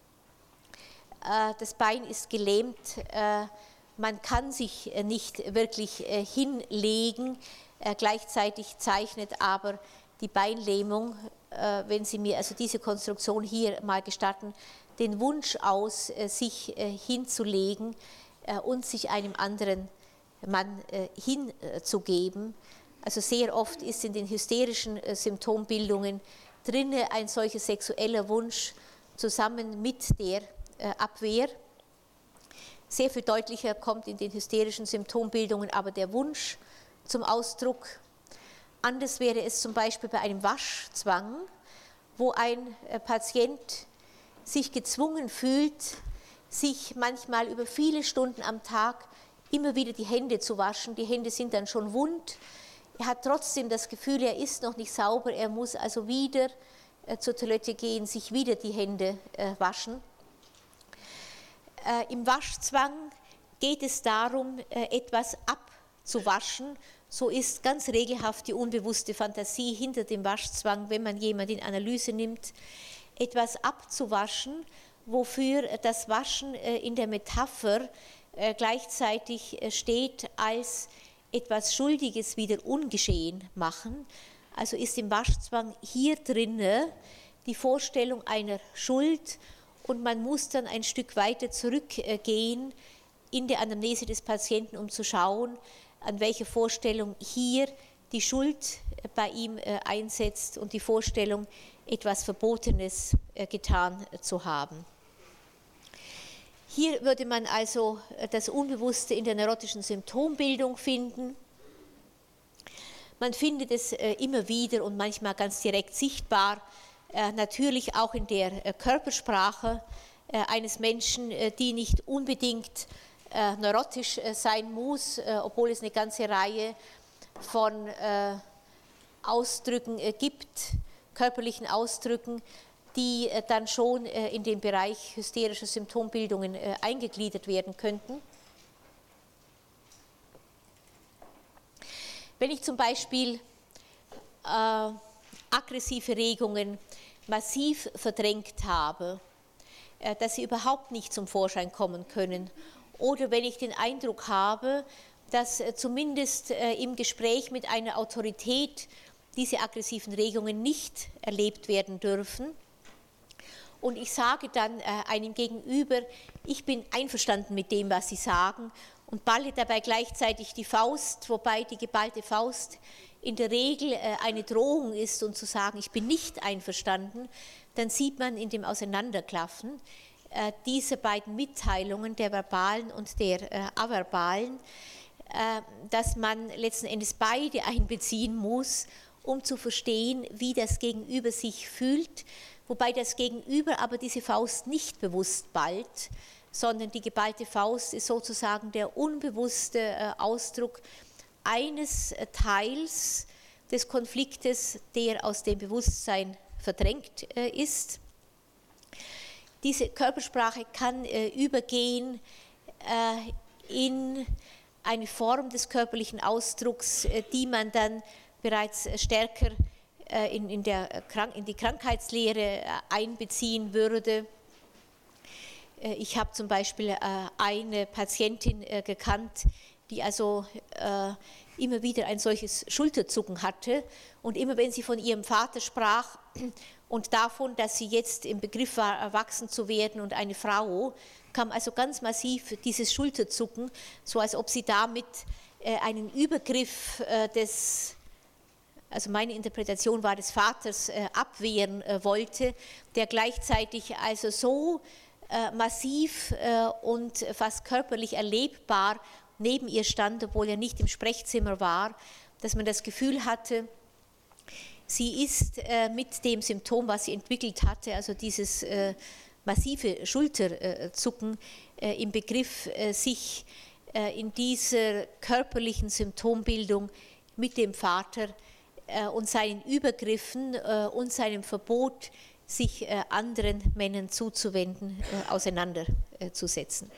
Das Bein ist gelähmt, man kann sich nicht wirklich hinlegen, gleichzeitig zeichnet aber die Beinlähmung, wenn Sie mir also diese Konstruktion hier mal gestatten, den Wunsch aus, sich hinzulegen und sich einem anderen Mann hinzugeben. Also sehr oft ist in den hysterischen Symptombildungen drinne ein solcher sexueller Wunsch zusammen mit der Abwehr. Sehr viel deutlicher kommt in den hysterischen Symptombildungen aber der Wunsch zum Ausdruck. Anders wäre es zum Beispiel bei einem Waschzwang, wo ein Patient sich gezwungen fühlt, sich manchmal über viele Stunden am Tag immer wieder die Hände zu waschen. Die Hände sind dann schon wund. Er hat trotzdem das Gefühl, er ist noch nicht sauber, er muss also wieder zur Toilette gehen, sich wieder die Hände waschen. Im Waschzwang geht es darum, etwas abzuwaschen. So ist ganz regelhaft die unbewusste Fantasie hinter dem Waschzwang, wenn man jemanden in Analyse nimmt, etwas abzuwaschen, wofür das Waschen in der Metapher gleichzeitig steht als etwas Schuldiges wieder ungeschehen machen. Also ist im Waschzwang hier drinne die Vorstellung einer Schuld und man muss dann ein Stück weiter zurückgehen in der Anamnese des Patienten, um zu schauen, an welche Vorstellung hier die Schuld bei ihm einsetzt und die Vorstellung, etwas Verbotenes getan zu haben. Hier würde man also das Unbewusste in der neurotischen Symptombildung finden. Man findet es immer wieder und manchmal ganz direkt sichtbar, natürlich auch in der Körpersprache eines Menschen, die nicht unbedingt neurotisch sein muss, obwohl es eine ganze Reihe von Ausdrücken gibt, körperlichen Ausdrücken, die dann schon in den Bereich hysterischer Symptombildungen eingegliedert werden könnten. Wenn ich zum Beispiel aggressive Regungen massiv verdrängt habe, dass sie überhaupt nicht zum Vorschein kommen können, oder wenn ich den Eindruck habe, dass zumindest im Gespräch mit einer Autorität diese aggressiven Regungen nicht erlebt werden dürfen, und ich sage dann einem Gegenüber, ich bin einverstanden mit dem, was Sie sagen, und balle dabei gleichzeitig die Faust, wobei die geballte Faust in der Regel eine Drohung ist und zu sagen, ich bin nicht einverstanden, dann sieht man in dem Auseinanderklaffen diese beiden Mitteilungen, der verbalen und der averbalen, dass man letzten Endes beide einbeziehen muss, um zu verstehen, wie das Gegenüber sich fühlt, wobei das Gegenüber aber diese Faust nicht bewusst ballt, sondern die geballte Faust ist sozusagen der unbewusste Ausdruck eines Teils des Konfliktes, der aus dem Bewusstsein verdrängt ist. Diese Körpersprache kann übergehen in eine Form des körperlichen Ausdrucks, die man dann bereits stärker in die Krankheitslehre einbeziehen würde. Ich habe zum Beispiel eine Patientin gekannt, die also immer wieder ein solches Schulterzucken hatte, und immer wenn sie von ihrem Vater sprach und davon, dass sie jetzt im Begriff war, erwachsen zu werden und eine Frau, kam also ganz massiv dieses Schulterzucken, so als ob sie damit einen Übergriff also meine Interpretation war, des Vaters abwehren wollte, der gleichzeitig also so massiv und fast körperlich erlebbar neben ihr stand, obwohl er nicht im Sprechzimmer war, dass man das Gefühl hatte, sie ist mit dem Symptom, was sie entwickelt hatte, also dieses massive Schulterzucken, im Begriff, sich in dieser körperlichen Symptombildung mit dem Vater und seinen Übergriffen und seinem Verbot, sich anderen Männern zuzuwenden, auseinanderzusetzen.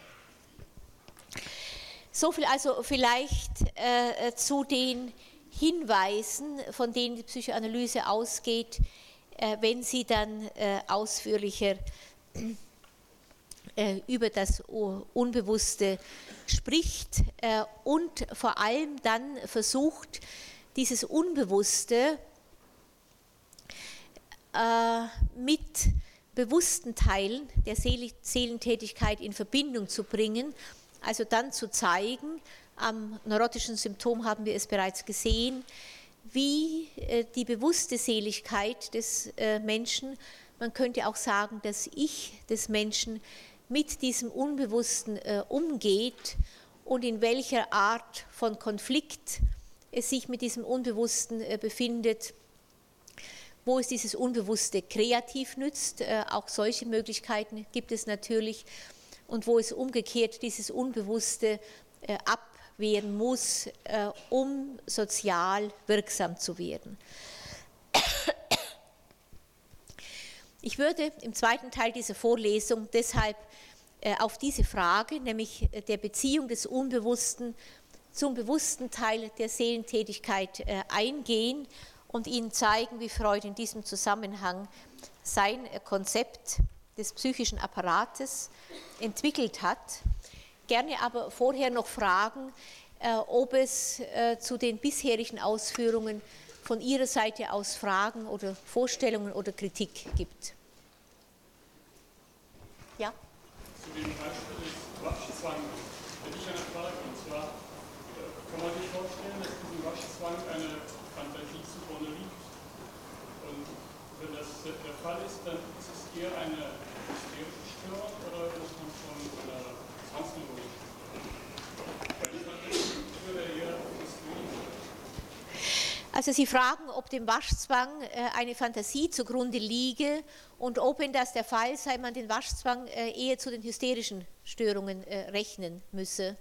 So viel also vielleicht zu den Hinweisen, von denen die Psychoanalyse ausgeht, wenn sie dann ausführlicher über das Unbewusste spricht und vor allem dann versucht, dieses Unbewusste mit bewussten Teilen der Seelentätigkeit in Verbindung zu bringen, also dann zu zeigen, am neurotischen Symptom haben wir es bereits gesehen, wie die bewusste Seligkeit des Menschen, man könnte auch sagen, das Ich des Menschen mit diesem Unbewussten umgeht und in welcher Art von Konflikt es sich mit diesem Unbewussten befindet, wo es dieses Unbewusste kreativ nützt, auch solche Möglichkeiten gibt es natürlich, und wo es umgekehrt dieses Unbewusste abwehren muss, um sozial wirksam zu werden. Ich würde im zweiten Teil dieser Vorlesung deshalb auf diese Frage, nämlich der Beziehung des Unbewussten zum bewussten Teil der Seelentätigkeit eingehen und Ihnen zeigen, wie Freud in diesem Zusammenhang sein Konzept des psychischen Apparates entwickelt hat. Gerne aber vorher noch fragen, ob es zu den bisherigen Ausführungen von Ihrer Seite aus Fragen oder Vorstellungen oder Kritik gibt. Ja? Zu dem Beispiel des Waschzwang hätte ich eine Frage, und zwar kann man sich vorstellen, dass diesem Waschzwang eine Fantasie zugrunde liegt. Und wenn das der Fall ist, dann ist es eher eine hysterische Störung oder muss man schon eine zwangsneurologische Störung? Weil die Fantasie würde eher Also Sie fragen, ob dem Waschzwang eine Fantasie zugrunde liege und ob, wenn das der Fall sei, man den Waschzwang eher zu den hysterischen Störungen rechnen müsse.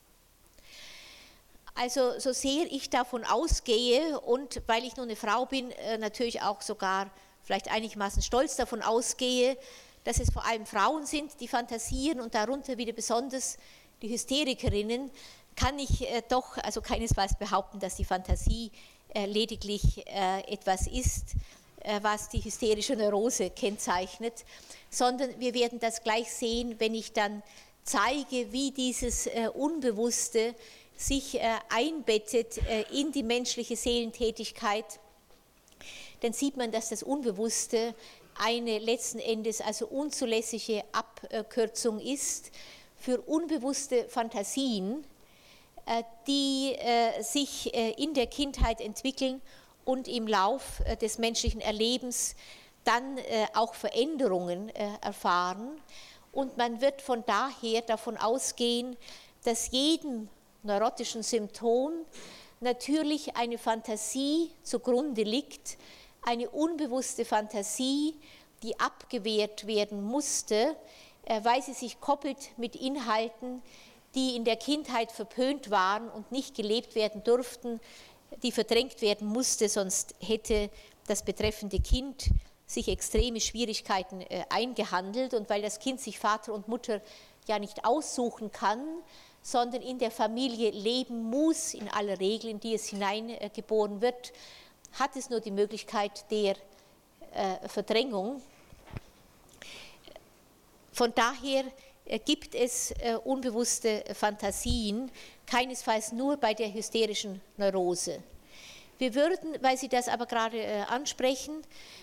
Also so sehr ich davon ausgehe und weil ich nur eine Frau bin, natürlich auch sogar vielleicht einigermaßen stolz davon ausgehe, dass es vor allem Frauen sind, die fantasieren und darunter wieder besonders die Hysterikerinnen, kann ich doch also keinesfalls behaupten, dass die Fantasie lediglich etwas ist, was die hysterische Neurose kennzeichnet, sondern wir werden das gleich sehen, wenn ich dann zeige, wie dieses Unbewusste sich einbettet in die menschliche Seelentätigkeit. Dann sieht man, dass das Unbewusste eine letzten Endes also unzulässige Abkürzung ist für unbewusste Fantasien, die sich in der Kindheit entwickeln und im Lauf des menschlichen Erlebens dann auch Veränderungen erfahren. Und man wird von daher davon ausgehen, dass jedem neurotischen Symptom natürlich eine Fantasie zugrunde liegt, eine unbewusste Fantasie, die abgewehrt werden musste, weil sie sich koppelt mit Inhalten, die in der Kindheit verpönt waren und nicht gelebt werden durften, die verdrängt werden musste, sonst hätte das betreffende Kind sich extreme Schwierigkeiten eingehandelt. Und weil das Kind sich Vater und Mutter ja nicht aussuchen kann, sondern in der Familie leben muss, in aller Regel, in die es hineingeboren wird, hat es nur die Möglichkeit der Verdrängung. Von daher gibt es unbewusste Fantasien, keinesfalls nur bei der hysterischen Neurose. Wir würden, weil Sie das aber gerade ansprechen,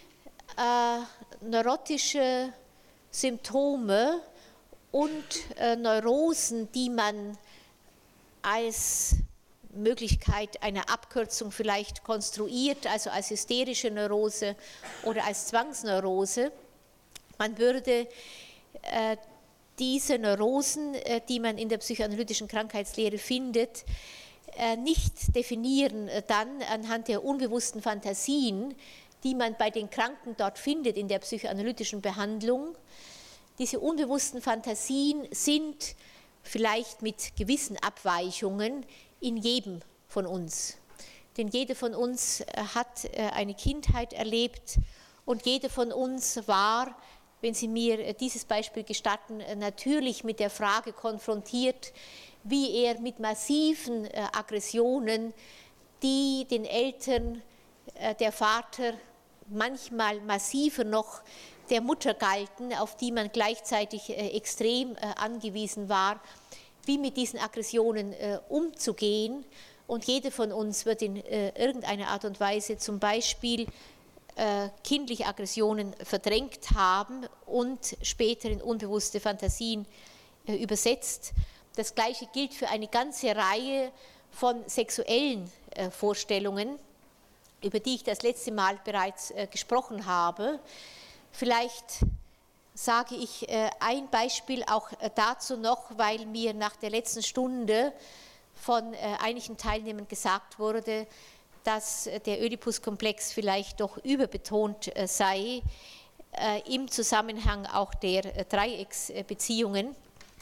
neurotische Symptome und Neurosen, die man als Möglichkeit einer Abkürzung vielleicht konstruiert, also als hysterische Neurose oder als Zwangsneurose. Man würde diese Neurosen, die man in der psychoanalytischen Krankheitslehre findet, nicht definieren dann anhand der unbewussten Fantasien, die man bei den Kranken dort findet in der psychoanalytischen Behandlung. Diese unbewussten Fantasien sind vielleicht mit gewissen Abweichungen in jedem von uns. Denn jeder von uns hat eine Kindheit erlebt und jeder von uns war, wenn Sie mir dieses Beispiel gestatten, natürlich mit der Frage konfrontiert, wie er mit massiven Aggressionen, die den Eltern, der Vater, manchmal massiver noch der Mutter galten, auf die man gleichzeitig extrem angewiesen war, wie mit diesen Aggressionen umzugehen. Und jeder von uns wird in irgendeiner Art und Weise zum Beispiel kindliche Aggressionen verdrängt haben und später in unbewusste Fantasien übersetzt. Das Gleiche gilt für eine ganze Reihe von sexuellen Vorstellungen, über die ich das letzte Mal bereits gesprochen habe. Vielleicht sage ich ein Beispiel auch dazu noch, weil mir nach der letzten Stunde von einigen Teilnehmern gesagt wurde, dass der Ödipus-Komplex vielleicht doch überbetont sei im Zusammenhang auch der Dreiecksbeziehungen.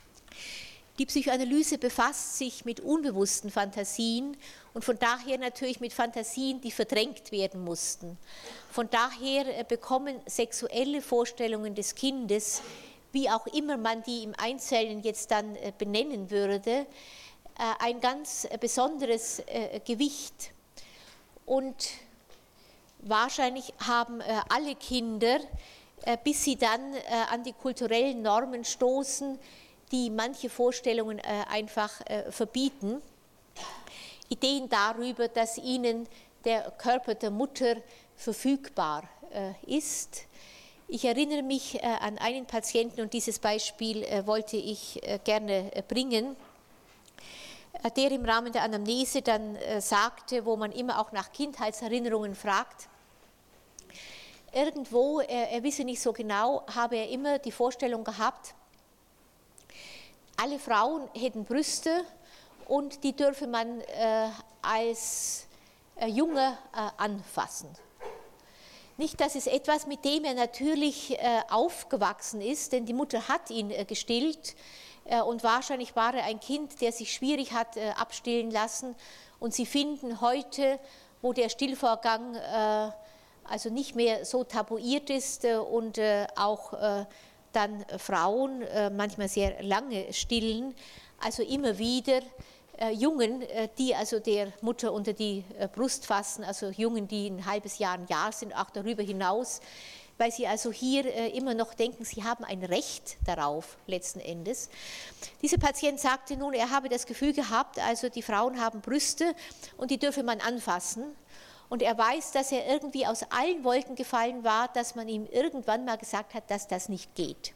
Die Psychoanalyse befasst sich mit unbewussten Fantasien und von daher natürlich mit Fantasien, die verdrängt werden mussten. Von daher bekommen sexuelle Vorstellungen des Kindes, wie auch immer man die im Einzelnen jetzt dann benennen würde, ein ganz besonderes Gewicht. Und wahrscheinlich haben alle Kinder, bis sie dann an die kulturellen Normen stoßen, die manche Vorstellungen einfach verbieten, Ideen darüber, dass ihnen der Körper der Mutter verfügbar ist. Ich erinnere mich an einen Patienten, und dieses Beispiel wollte ich gerne bringen, der im Rahmen der Anamnese dann sagte, wo man immer auch nach Kindheitserinnerungen fragt, irgendwo, er wisse nicht so genau, habe er immer die Vorstellung gehabt, alle Frauen hätten Brüste und die dürfe man als Junge anfassen. Nicht, das ist etwas, mit dem er natürlich aufgewachsen ist, denn die Mutter hat ihn gestillt und wahrscheinlich war er ein Kind, der sich schwierig hat abstillen lassen. Und Sie finden heute, wo der Stillvorgang also nicht mehr so tabuiert ist und auch dann Frauen manchmal sehr lange stillen, also immer wieder Jungen, die also der Mutter unter die Brust fassen, also Jungen, die ein halbes Jahr, ein Jahr sind, auch darüber hinaus, weil sie also hier immer noch denken, sie haben ein Recht darauf, letzten Endes. Dieser Patient sagte nun, er habe das Gefühl gehabt, also die Frauen haben Brüste und die dürfe man anfassen. Und er weiß, dass er irgendwie aus allen Wolken gefallen war, dass man ihm irgendwann mal gesagt hat, dass das nicht geht.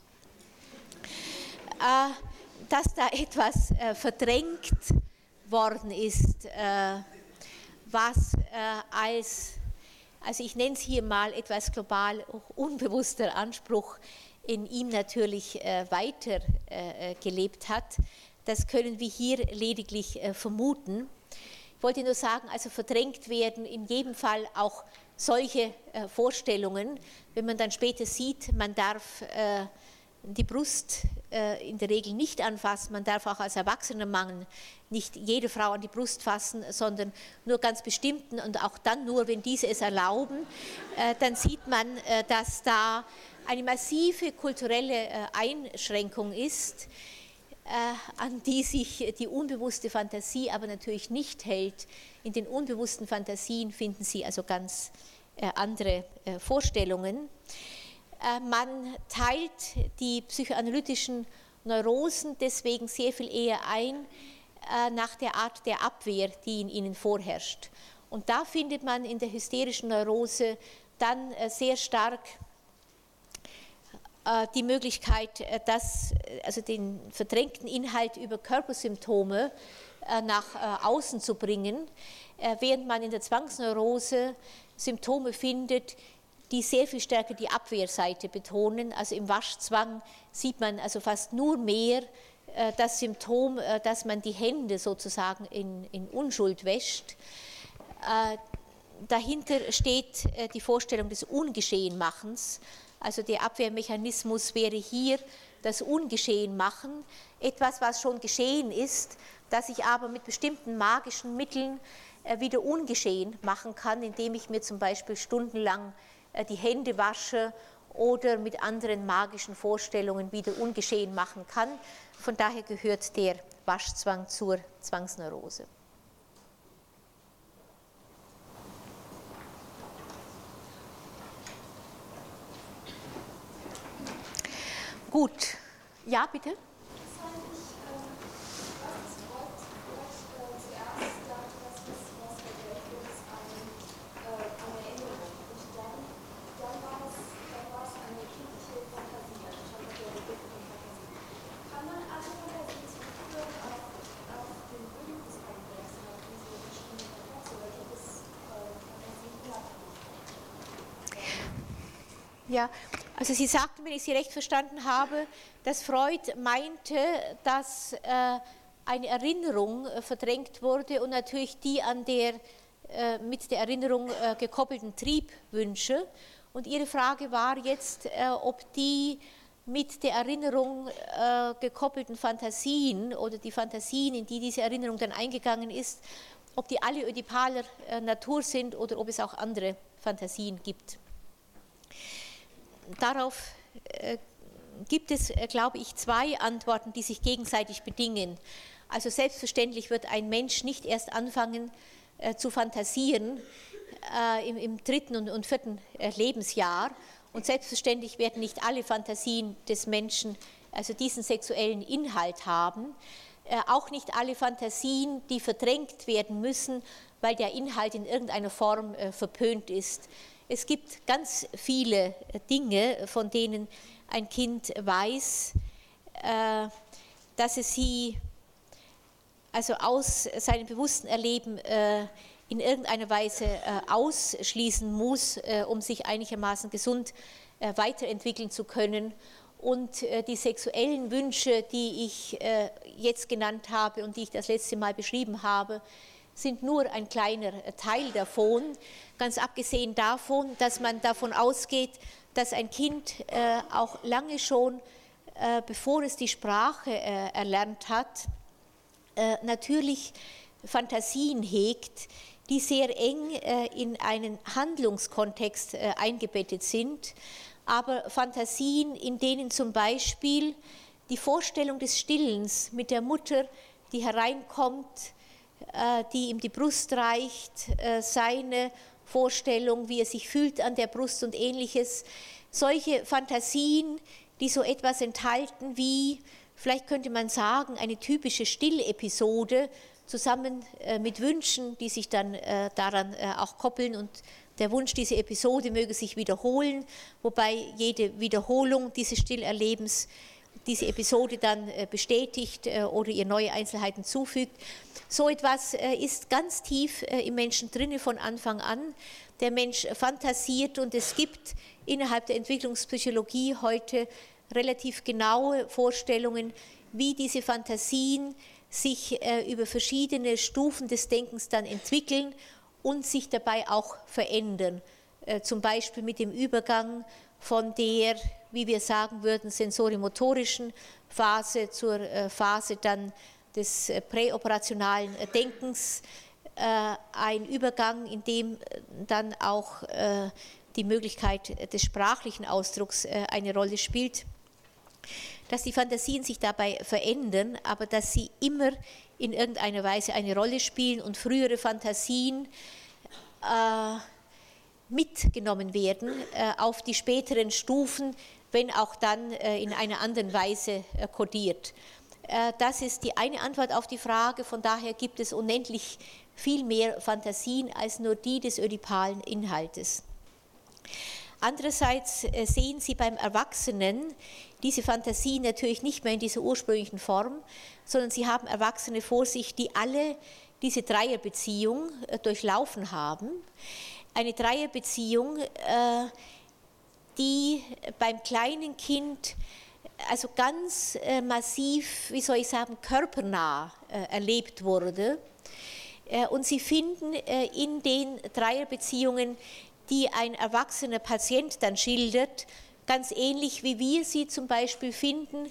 Dass da etwas verdrängt worden ist, was also ich nenne es hier mal etwas global unbewusster Anspruch in ihm natürlich weiter gelebt hat, das können wir hier lediglich vermuten. Ich wollte nur sagen, also verdrängt werden in jedem Fall auch solche Vorstellungen, wenn man dann später sieht, man darf die Brust in der Regel nicht anfassen, man darf auch als erwachsener Mann nicht jede Frau an die Brust fassen, sondern nur ganz bestimmten und auch dann nur, wenn diese es erlauben, dann sieht man, dass da eine massive kulturelle Einschränkung ist, an die sich die unbewusste Fantasie aber natürlich nicht hält. In den unbewussten Fantasien finden Sie also ganz andere Vorstellungen. Man teilt die psychoanalytischen Neurosen deswegen sehr viel eher ein nach der Art der Abwehr, die in ihnen vorherrscht. Und da findet man in der hysterischen Neurose dann sehr stark die Möglichkeit, also den verdrängten Inhalt über Körpersymptome nach außen zu bringen, während man in der Zwangsneurose Symptome findet, die sehr viel stärker die Abwehrseite betonen. Also im Waschzwang sieht man also fast nur mehr das Symptom, dass man die Hände sozusagen in Unschuld wäscht. Dahinter steht die Vorstellung des Ungeschehenmachens. Also der Abwehrmechanismus wäre hier das Ungeschehenmachen, etwas, was schon geschehen ist, das ich aber mit bestimmten magischen Mitteln wieder ungeschehen machen kann, indem ich mir zum Beispiel stundenlang die Hände wasche oder mit anderen magischen Vorstellungen wieder ungeschehen machen kann. Von daher gehört der Waschzwang zur Zwangsneurose. Gut, ja bitte. Ja, also Sie sagten, wenn ich Sie recht verstanden habe, dass Freud meinte, dass eine Erinnerung verdrängt wurde und natürlich die an der mit der Erinnerung gekoppelten Triebwünsche. Und Ihre Frage war jetzt, ob die mit der Erinnerung gekoppelten Fantasien oder die Fantasien, in die diese Erinnerung dann eingegangen ist, ob die alle ödipaler Natur sind oder ob es auch andere Fantasien gibt. Darauf gibt es, glaube ich, zwei Antworten, die sich gegenseitig bedingen. Also selbstverständlich wird ein Mensch nicht erst anfangen zu fantasieren im dritten und vierten Lebensjahr. Und selbstverständlich werden nicht alle Fantasien des Menschen also diesen sexuellen Inhalt haben. Auch nicht alle Fantasien, die verdrängt werden müssen, weil der Inhalt in irgendeiner Form verpönt ist. Es gibt ganz viele Dinge, von denen ein Kind weiß, dass es sie also aus seinem bewussten Erleben in irgendeiner Weise ausschließen muss, um sich einigermaßen gesund weiterentwickeln zu können. Und die sexuellen Wünsche, die ich jetzt genannt habe und die ich das letzte Mal beschrieben habe, sind nur ein kleiner Teil davon, ganz abgesehen davon, dass man davon ausgeht, dass ein Kind auch lange schon, bevor es die Sprache erlernt hat, natürlich Fantasien hegt, die sehr eng in einen Handlungskontext eingebettet sind, aber Fantasien, in denen zum Beispiel die Vorstellung des Stillens mit der Mutter, die hereinkommt, die ihm die Brust reicht, seine Vorstellung, wie er sich fühlt an der Brust und Ähnliches. Solche Fantasien, die so etwas enthalten wie, vielleicht könnte man sagen, eine typische Stillepisode, zusammen mit Wünschen, die sich dann daran auch koppeln und der Wunsch, diese Episode möge sich wiederholen, wobei jede Wiederholung dieses Stillerlebens diese Episode dann bestätigt oder ihr neue Einzelheiten zufügt. So etwas ist ganz tief im Menschen drin von Anfang an. Der Mensch fantasiert und es gibt innerhalb der Entwicklungspsychologie heute relativ genaue Vorstellungen, wie diese Fantasien sich über verschiedene Stufen des Denkens dann entwickeln und sich dabei auch verändern. Zum Beispiel mit dem Übergang von der, wie wir sagen würden, sensorimotorischen Phase zur Phase dann des präoperationalen Denkens, ein Übergang, in dem dann auch die Möglichkeit des sprachlichen Ausdrucks eine Rolle spielt, dass die Fantasien sich dabei verändern, aber dass sie immer in irgendeiner Weise eine Rolle spielen und frühere Fantasien mitgenommen werden auf die späteren Stufen, wenn auch dann in einer anderen Weise kodiert. Das ist die eine Antwort auf die Frage, von daher gibt es unendlich viel mehr Fantasien als nur die des ödipalen Inhaltes. Andererseits sehen Sie beim Erwachsenen diese Fantasien natürlich nicht mehr in dieser ursprünglichen Form, sondern Sie haben Erwachsene vor sich, die alle diese Dreierbeziehung durchlaufen haben. Eine Dreierbeziehung, die beim kleinen Kind also ganz massiv, wie soll ich sagen, körpernah erlebt wurde. Und Sie finden in den Dreierbeziehungen, die ein erwachsener Patient dann schildert, ganz ähnlich wie wir sie zum Beispiel finden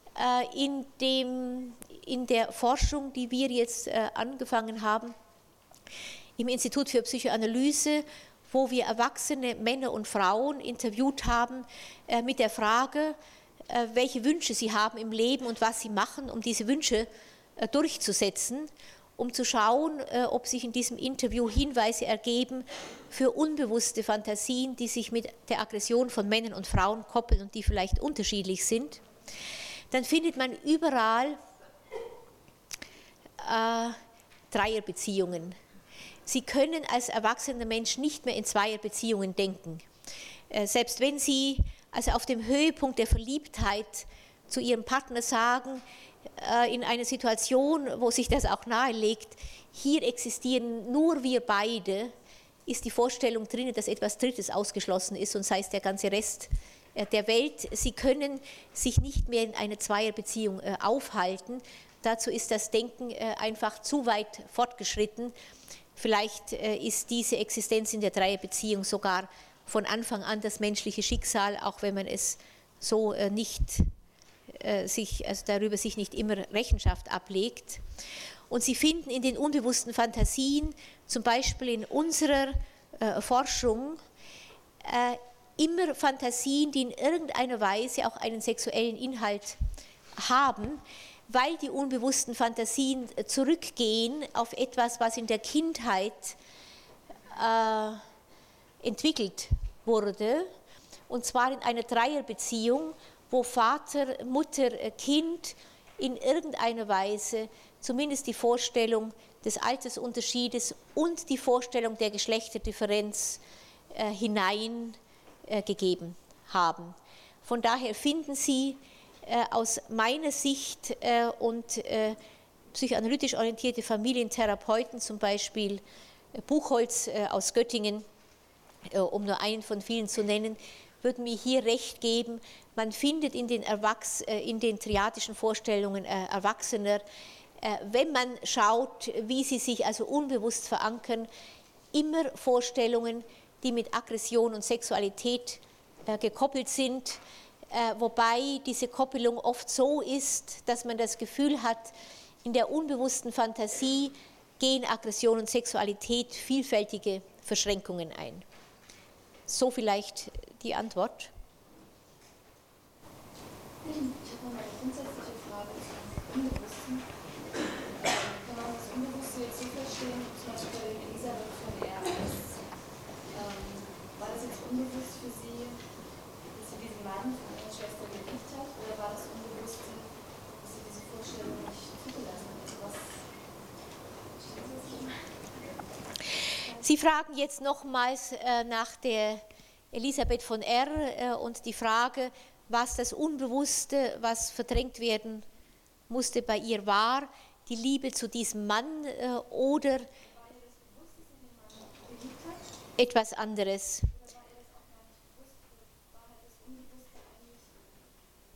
in der Forschung, die wir jetzt angefangen haben, im Institut für Psychoanalyse, wo wir erwachsene Männer und Frauen interviewt haben mit der Frage, welche Wünsche sie haben im Leben und was sie machen, um diese Wünsche durchzusetzen, um zu schauen, ob sich in diesem Interview Hinweise ergeben für unbewusste Fantasien, die sich mit der Aggression von Männern und Frauen koppeln und die vielleicht unterschiedlich sind. Dann findet man überall Dreierbeziehungen. Sie können als erwachsener Mensch nicht mehr in Zweierbeziehungen denken. Selbst wenn Sie also auf dem Höhepunkt der Verliebtheit zu Ihrem Partner sagen, in einer Situation, wo sich das auch nahelegt, hier existieren nur wir beide, ist die Vorstellung drin, dass etwas Drittes ausgeschlossen ist und sei es der ganze Rest der Welt. Sie können sich nicht mehr in einer Zweierbeziehung aufhalten. Dazu ist das Denken einfach zu weit fortgeschritten. Vielleicht ist diese Existenz in der Dreierbeziehung sogar von Anfang an das menschliche Schicksal, auch wenn man es so nicht darüber sich nicht immer Rechenschaft ablegt. Und Sie finden in den unbewussten Fantasien, zum Beispiel in unserer Forschung, immer Fantasien, die in irgendeiner Weise auch einen sexuellen Inhalt haben, weil die unbewussten Fantasien zurückgehen auf etwas, was in der Kindheit entwickelt wurde, und zwar in einer Dreierbeziehung, wo Vater, Mutter, Kind in irgendeiner Weise zumindest die Vorstellung des Altersunterschiedes und die Vorstellung der Geschlechterdifferenz hineingegeben haben. Von daher finden Sie aus meiner Sicht und psychoanalytisch orientierte Familientherapeuten, zum Beispiel Buchholz aus Göttingen, um nur einen von vielen zu nennen, würden mir hier recht geben, man findet in den triadischen Vorstellungen Erwachsener, wenn man schaut, wie sie sich also unbewusst verankern, immer Vorstellungen, die mit Aggression und Sexualität gekoppelt sind, wobei diese Koppelung oft so ist, dass man das Gefühl hat, in der unbewussten Fantasie gehen Aggression und Sexualität vielfältige Verschränkungen ein. So vielleicht die Antwort. Ich habe noch eine grundsätzliche Frage zum Unbewussten. Kann man das Unbewusste jetzt so verstehen, zum Beispiel bei dem Elisabeth von R. War das jetzt unbewusst für Sie, dass sie diesen Mann von ihrer Schwester geliebt hat, oder war das Unbewusste, dass sie diese Vorstellung nicht zugelassen hat? Sie fragen jetzt nochmals nach der Elisabeth von R. Und die Frage, was das Unbewusste, was verdrängt werden musste bei ihr war, die Liebe zu diesem Mann oder etwas anderes.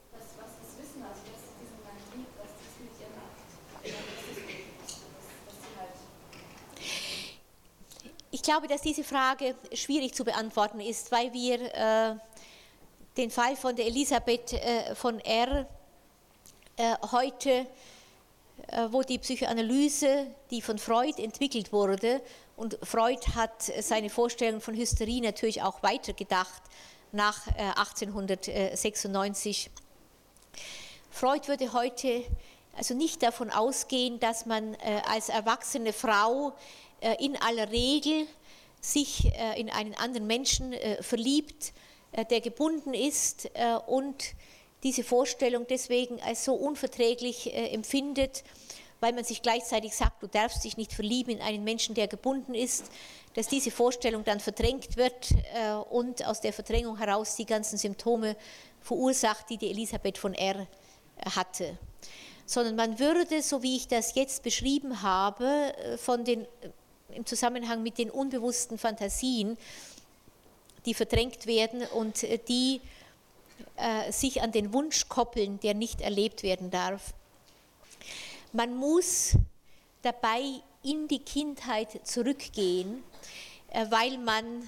glaube, dass diese Frage schwierig zu beantworten ist, weil wir den Fall von der Elisabeth von R. Heute, wo die Psychoanalyse, die von Freud entwickelt wurde, und Freud hat seine Vorstellung von Hysterie natürlich auch weitergedacht nach 1896. Freud würde heute also nicht davon ausgehen, dass man als erwachsene Frau in aller Regel sich in einen anderen Menschen verliebt, der gebunden ist und diese Vorstellung deswegen als so unverträglich empfindet, weil man sich gleichzeitig sagt, du darfst dich nicht verlieben in einen Menschen, der gebunden ist, dass diese Vorstellung dann verdrängt wird und aus der Verdrängung heraus die ganzen Symptome verursacht, die die Elisabeth von R. hatte. Sondern man würde, so wie ich das jetzt beschrieben habe, im Zusammenhang mit den unbewussten Fantasien, die verdrängt werden und die sich an den Wunsch koppeln, der nicht erlebt werden darf. Man muss dabei in die Kindheit zurückgehen, weil man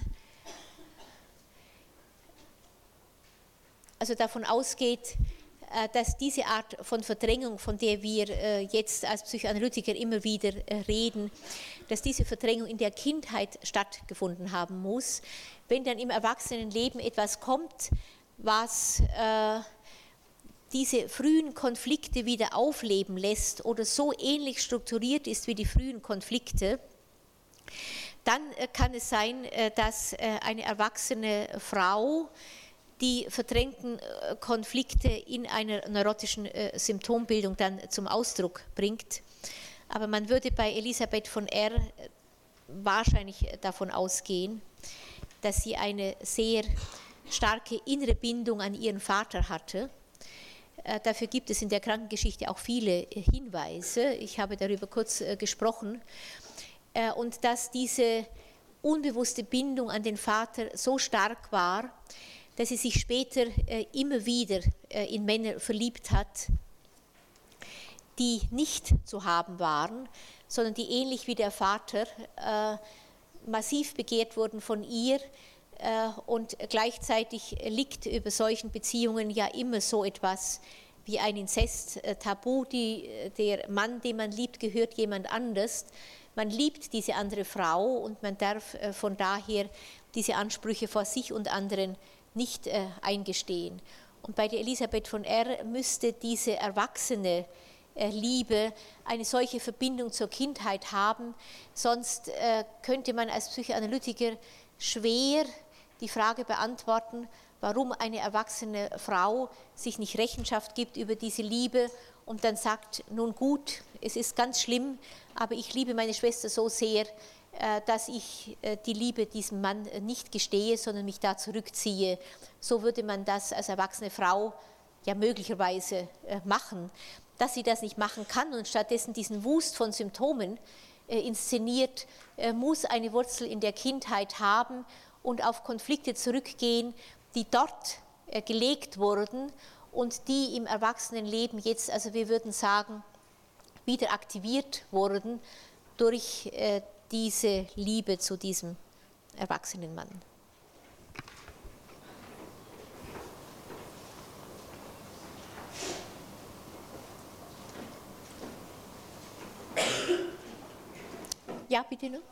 also davon ausgeht, dass diese Art von Verdrängung, von der wir jetzt als Psychoanalytiker immer wieder reden, dass diese Verdrängung in der Kindheit stattgefunden haben muss. Wenn dann im Erwachsenenleben etwas kommt, was diese frühen Konflikte wieder aufleben lässt oder so ähnlich strukturiert ist wie die frühen Konflikte, dann kann es sein, dass eine erwachsene Frau die verdrängten Konflikte in einer neurotischen Symptombildung dann zum Ausdruck bringt. Aber man würde bei Elisabeth von R. wahrscheinlich davon ausgehen, dass sie eine sehr starke innere Bindung an ihren Vater hatte. Dafür gibt es in der Krankengeschichte auch viele Hinweise. Ich habe darüber kurz gesprochen. Und dass diese unbewusste Bindung an den Vater so stark war, dass sie sich später immer wieder in Männer verliebt hat, die nicht zu haben waren, sondern die ähnlich wie der Vater massiv begehrt wurden von ihr, und gleichzeitig liegt über solchen Beziehungen ja immer so etwas wie ein Inzest-Tabu. Der Mann, den man liebt, gehört jemand anders. Man liebt diese andere Frau und man darf von daher diese Ansprüche vor sich und anderen nicht eingestehen. Und bei der Elisabeth von R. müsste diese erwachsene Liebe eine solche Verbindung zur Kindheit haben, sonst könnte man als Psychoanalytiker schwer die Frage beantworten, warum eine erwachsene Frau sich nicht Rechenschaft gibt über diese Liebe und dann sagt, nun gut, es ist ganz schlimm, aber ich liebe meine Schwester so sehr, dass ich die Liebe diesem Mann nicht gestehe, sondern mich da zurückziehe. So würde man das als erwachsene Frau ja möglicherweise machen. Dass sie das nicht machen kann und stattdessen diesen Wust von Symptomen inszeniert, muss eine Wurzel in der Kindheit haben und auf Konflikte zurückgehen, die dort gelegt wurden und die im Erwachsenenleben jetzt, also wir würden sagen, wieder aktiviert wurden durch diese Liebe zu diesem erwachsenen Mann. Ja, bitte nur.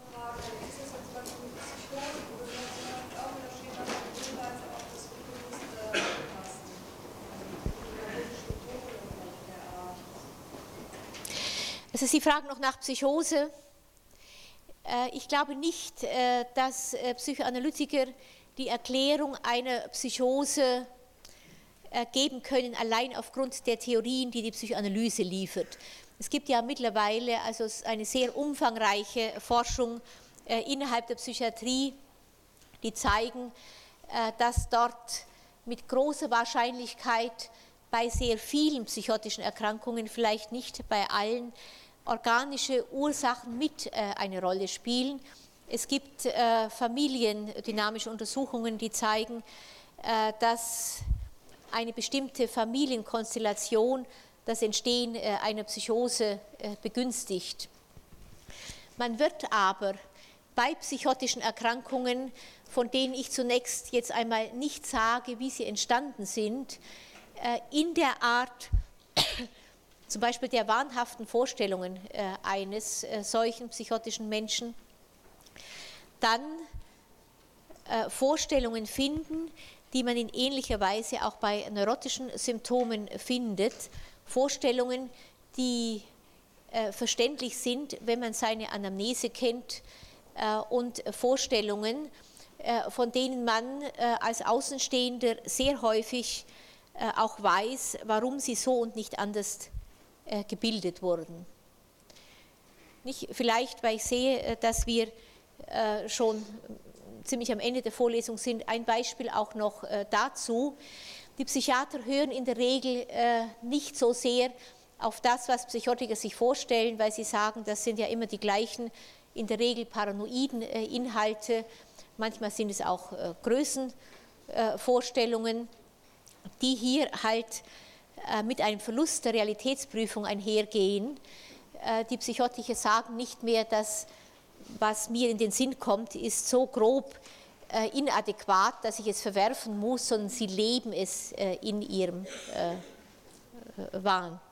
Also Sie fragen noch nach Psychose. Ich glaube nicht, dass Psychoanalytiker die Erklärung einer Psychose geben können, allein aufgrund der Theorien, die die Psychoanalyse liefert. Es gibt ja mittlerweile also eine sehr umfangreiche Forschung innerhalb der Psychiatrie, die zeigen, dass dort mit großer Wahrscheinlichkeit bei sehr vielen psychotischen Erkrankungen, vielleicht nicht bei allen, organische Ursachen mit eine Rolle spielen. Es gibt familiendynamische Untersuchungen, die zeigen, dass eine bestimmte Familienkonstellation das Entstehen einer Psychose begünstigt. Man wird aber bei psychotischen Erkrankungen, von denen ich zunächst jetzt einmal nicht sage, wie sie entstanden sind, in der Art zum Beispiel der wahnhaften Vorstellungen eines solchen psychotischen Menschen, dann Vorstellungen finden, die man in ähnlicher Weise auch bei neurotischen Symptomen findet, Vorstellungen, die verständlich sind, wenn man seine Anamnese kennt, und Vorstellungen, von denen man als Außenstehender sehr häufig auch weiß, warum sie so und nicht anders gebildet wurden. Vielleicht, weil ich sehe, dass wir schon ziemlich am Ende der Vorlesung sind, ein Beispiel auch noch dazu. Die Psychiater hören in der Regel nicht so sehr auf das, was Psychotiker sich vorstellen, weil sie sagen, das sind ja immer die gleichen, in der Regel paranoiden Inhalte, manchmal sind es auch Größenvorstellungen, die hier halt mit einem Verlust der Realitätsprüfung einhergehen. Die Psychotiker sagen nicht mehr, dass was mir in den Sinn kommt, ist so grob inadäquat, dass ich es verwerfen muss, sondern sie leben es in ihrem Wahn.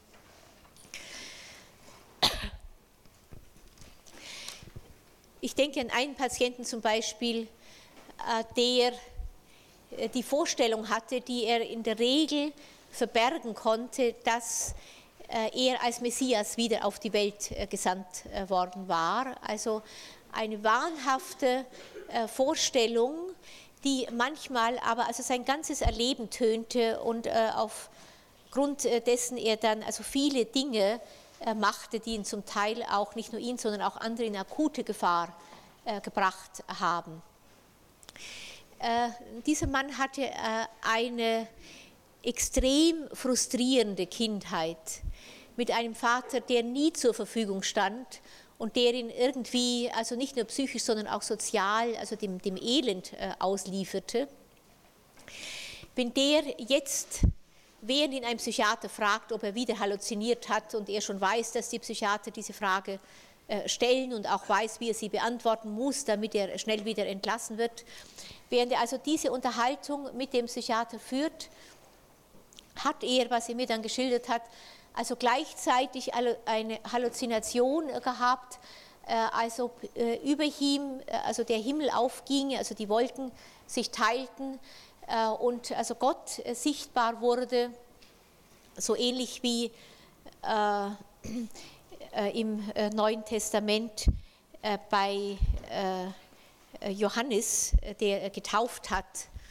Ich denke an einen Patienten zum Beispiel, der die Vorstellung hatte, die er in der Regel verbergen konnte, dass er als Messias wieder auf die Welt gesandt worden war. Also eine wahnhafte Vorstellung, die manchmal aber also sein ganzes Erleben tönte und aufgrund dessen er dann also viele Dinge machte, die ihn zum Teil auch, nicht nur ihn, sondern auch andere in akute Gefahr gebracht haben. Dieser Mann hatte eine extrem frustrierende Kindheit mit einem Vater, der nie zur Verfügung stand und der ihn irgendwie, also nicht nur psychisch, sondern auch sozial, also dem Elend auslieferte. Wenn der jetzt, während ihn ein Psychiater fragt, ob er wieder halluziniert hat und er schon weiß, dass die Psychiater diese Frage stellen und auch weiß, wie er sie beantworten muss, damit er schnell wieder entlassen wird, während er also diese Unterhaltung mit dem Psychiater führt, hat er, was er mir dann geschildert hat, also gleichzeitig eine Halluzination gehabt, also über ihm, also der Himmel aufging, also die Wolken sich teilten und also Gott sichtbar wurde, so ähnlich wie im Neuen Testament bei Johannes, der getauft hat.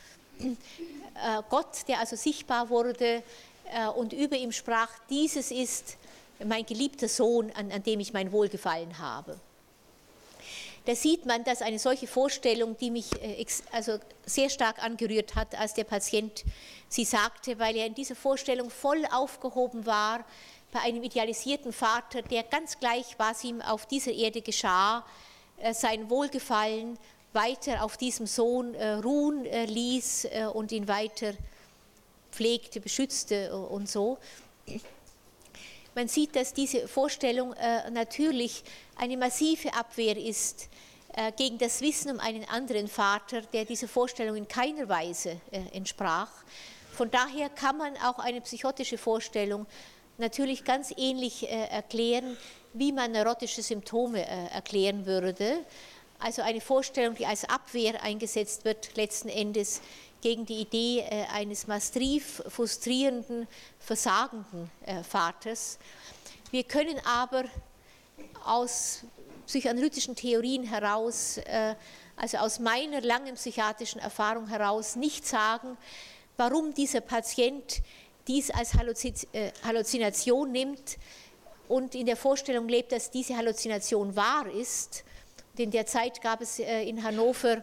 Gott, der also sichtbar wurde und über ihm sprach, dieses ist mein geliebter Sohn, an dem ich mein Wohlgefallen habe. Da sieht man, dass eine solche Vorstellung, die mich also sehr stark angerührt hat, als der Patient sie sagte, weil er in dieser Vorstellung voll aufgehoben war, bei einem idealisierten Vater, der ganz gleich, was ihm auf dieser Erde geschah, sein Wohlgefallen weiter auf diesem Sohn ruhen ließ und ihn weiter pflegte, beschützte und so. Man sieht, dass diese Vorstellung natürlich eine massive Abwehr ist gegen das Wissen um einen anderen Vater, der dieser Vorstellung in keiner Weise entsprach. Von daher kann man auch eine psychotische Vorstellung natürlich ganz ähnlich erklären, wie man neurotische Symptome erklären würde. Also eine Vorstellung, die als Abwehr eingesetzt wird, letzten Endes gegen die Idee eines massiv frustrierenden, versagenden Vaters. Wir können aber aus psychoanalytischen Theorien heraus, also aus meiner langen psychiatrischen Erfahrung heraus, nicht sagen, warum dieser Patient dies als Halluzination nimmt und in der Vorstellung lebt, dass diese Halluzination wahr ist. Und in der Zeit gab es in Hannover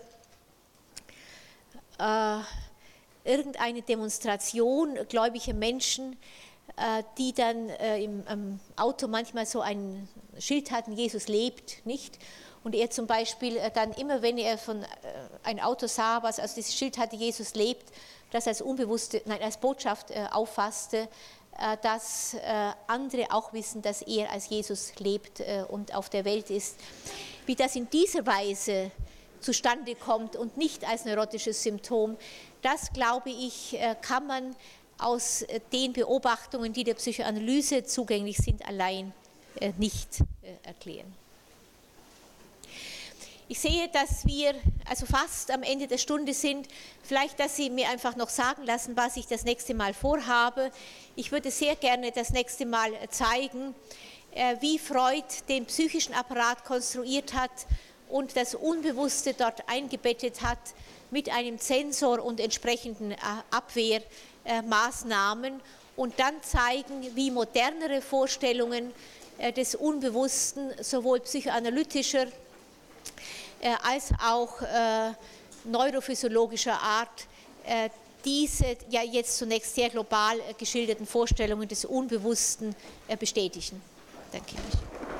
irgendeine Demonstration gläubiger Menschen, die dann im Auto manchmal so ein Schild hatten, Jesus lebt, nicht? Und er zum Beispiel dann immer, wenn er von ein Auto sah, was also dieses Schild hatte, Jesus lebt, das als als Botschaft auffasste, dass andere auch wissen, dass er als Jesus lebt und auf der Welt ist. wie das in dieser Weise zustande kommt und nicht als neurotisches Symptom, das, glaube ich, kann man aus den Beobachtungen, die der Psychoanalyse zugänglich sind, allein nicht erklären. Ich sehe, dass wir also fast am Ende der Stunde sind. Vielleicht, dass Sie mir einfach noch sagen lassen, was ich das nächste Mal vorhabe. Ich würde sehr gerne das nächste Mal zeigen, wie Freud den psychischen Apparat konstruiert hat und das Unbewusste dort eingebettet hat mit einem Zensor und entsprechenden Abwehrmaßnahmen und dann zeigen, wie modernere Vorstellungen des Unbewussten sowohl psychoanalytischer als auch neurophysiologischer Art diese ja jetzt zunächst sehr global geschilderten Vorstellungen des Unbewussten bestätigen. Danke.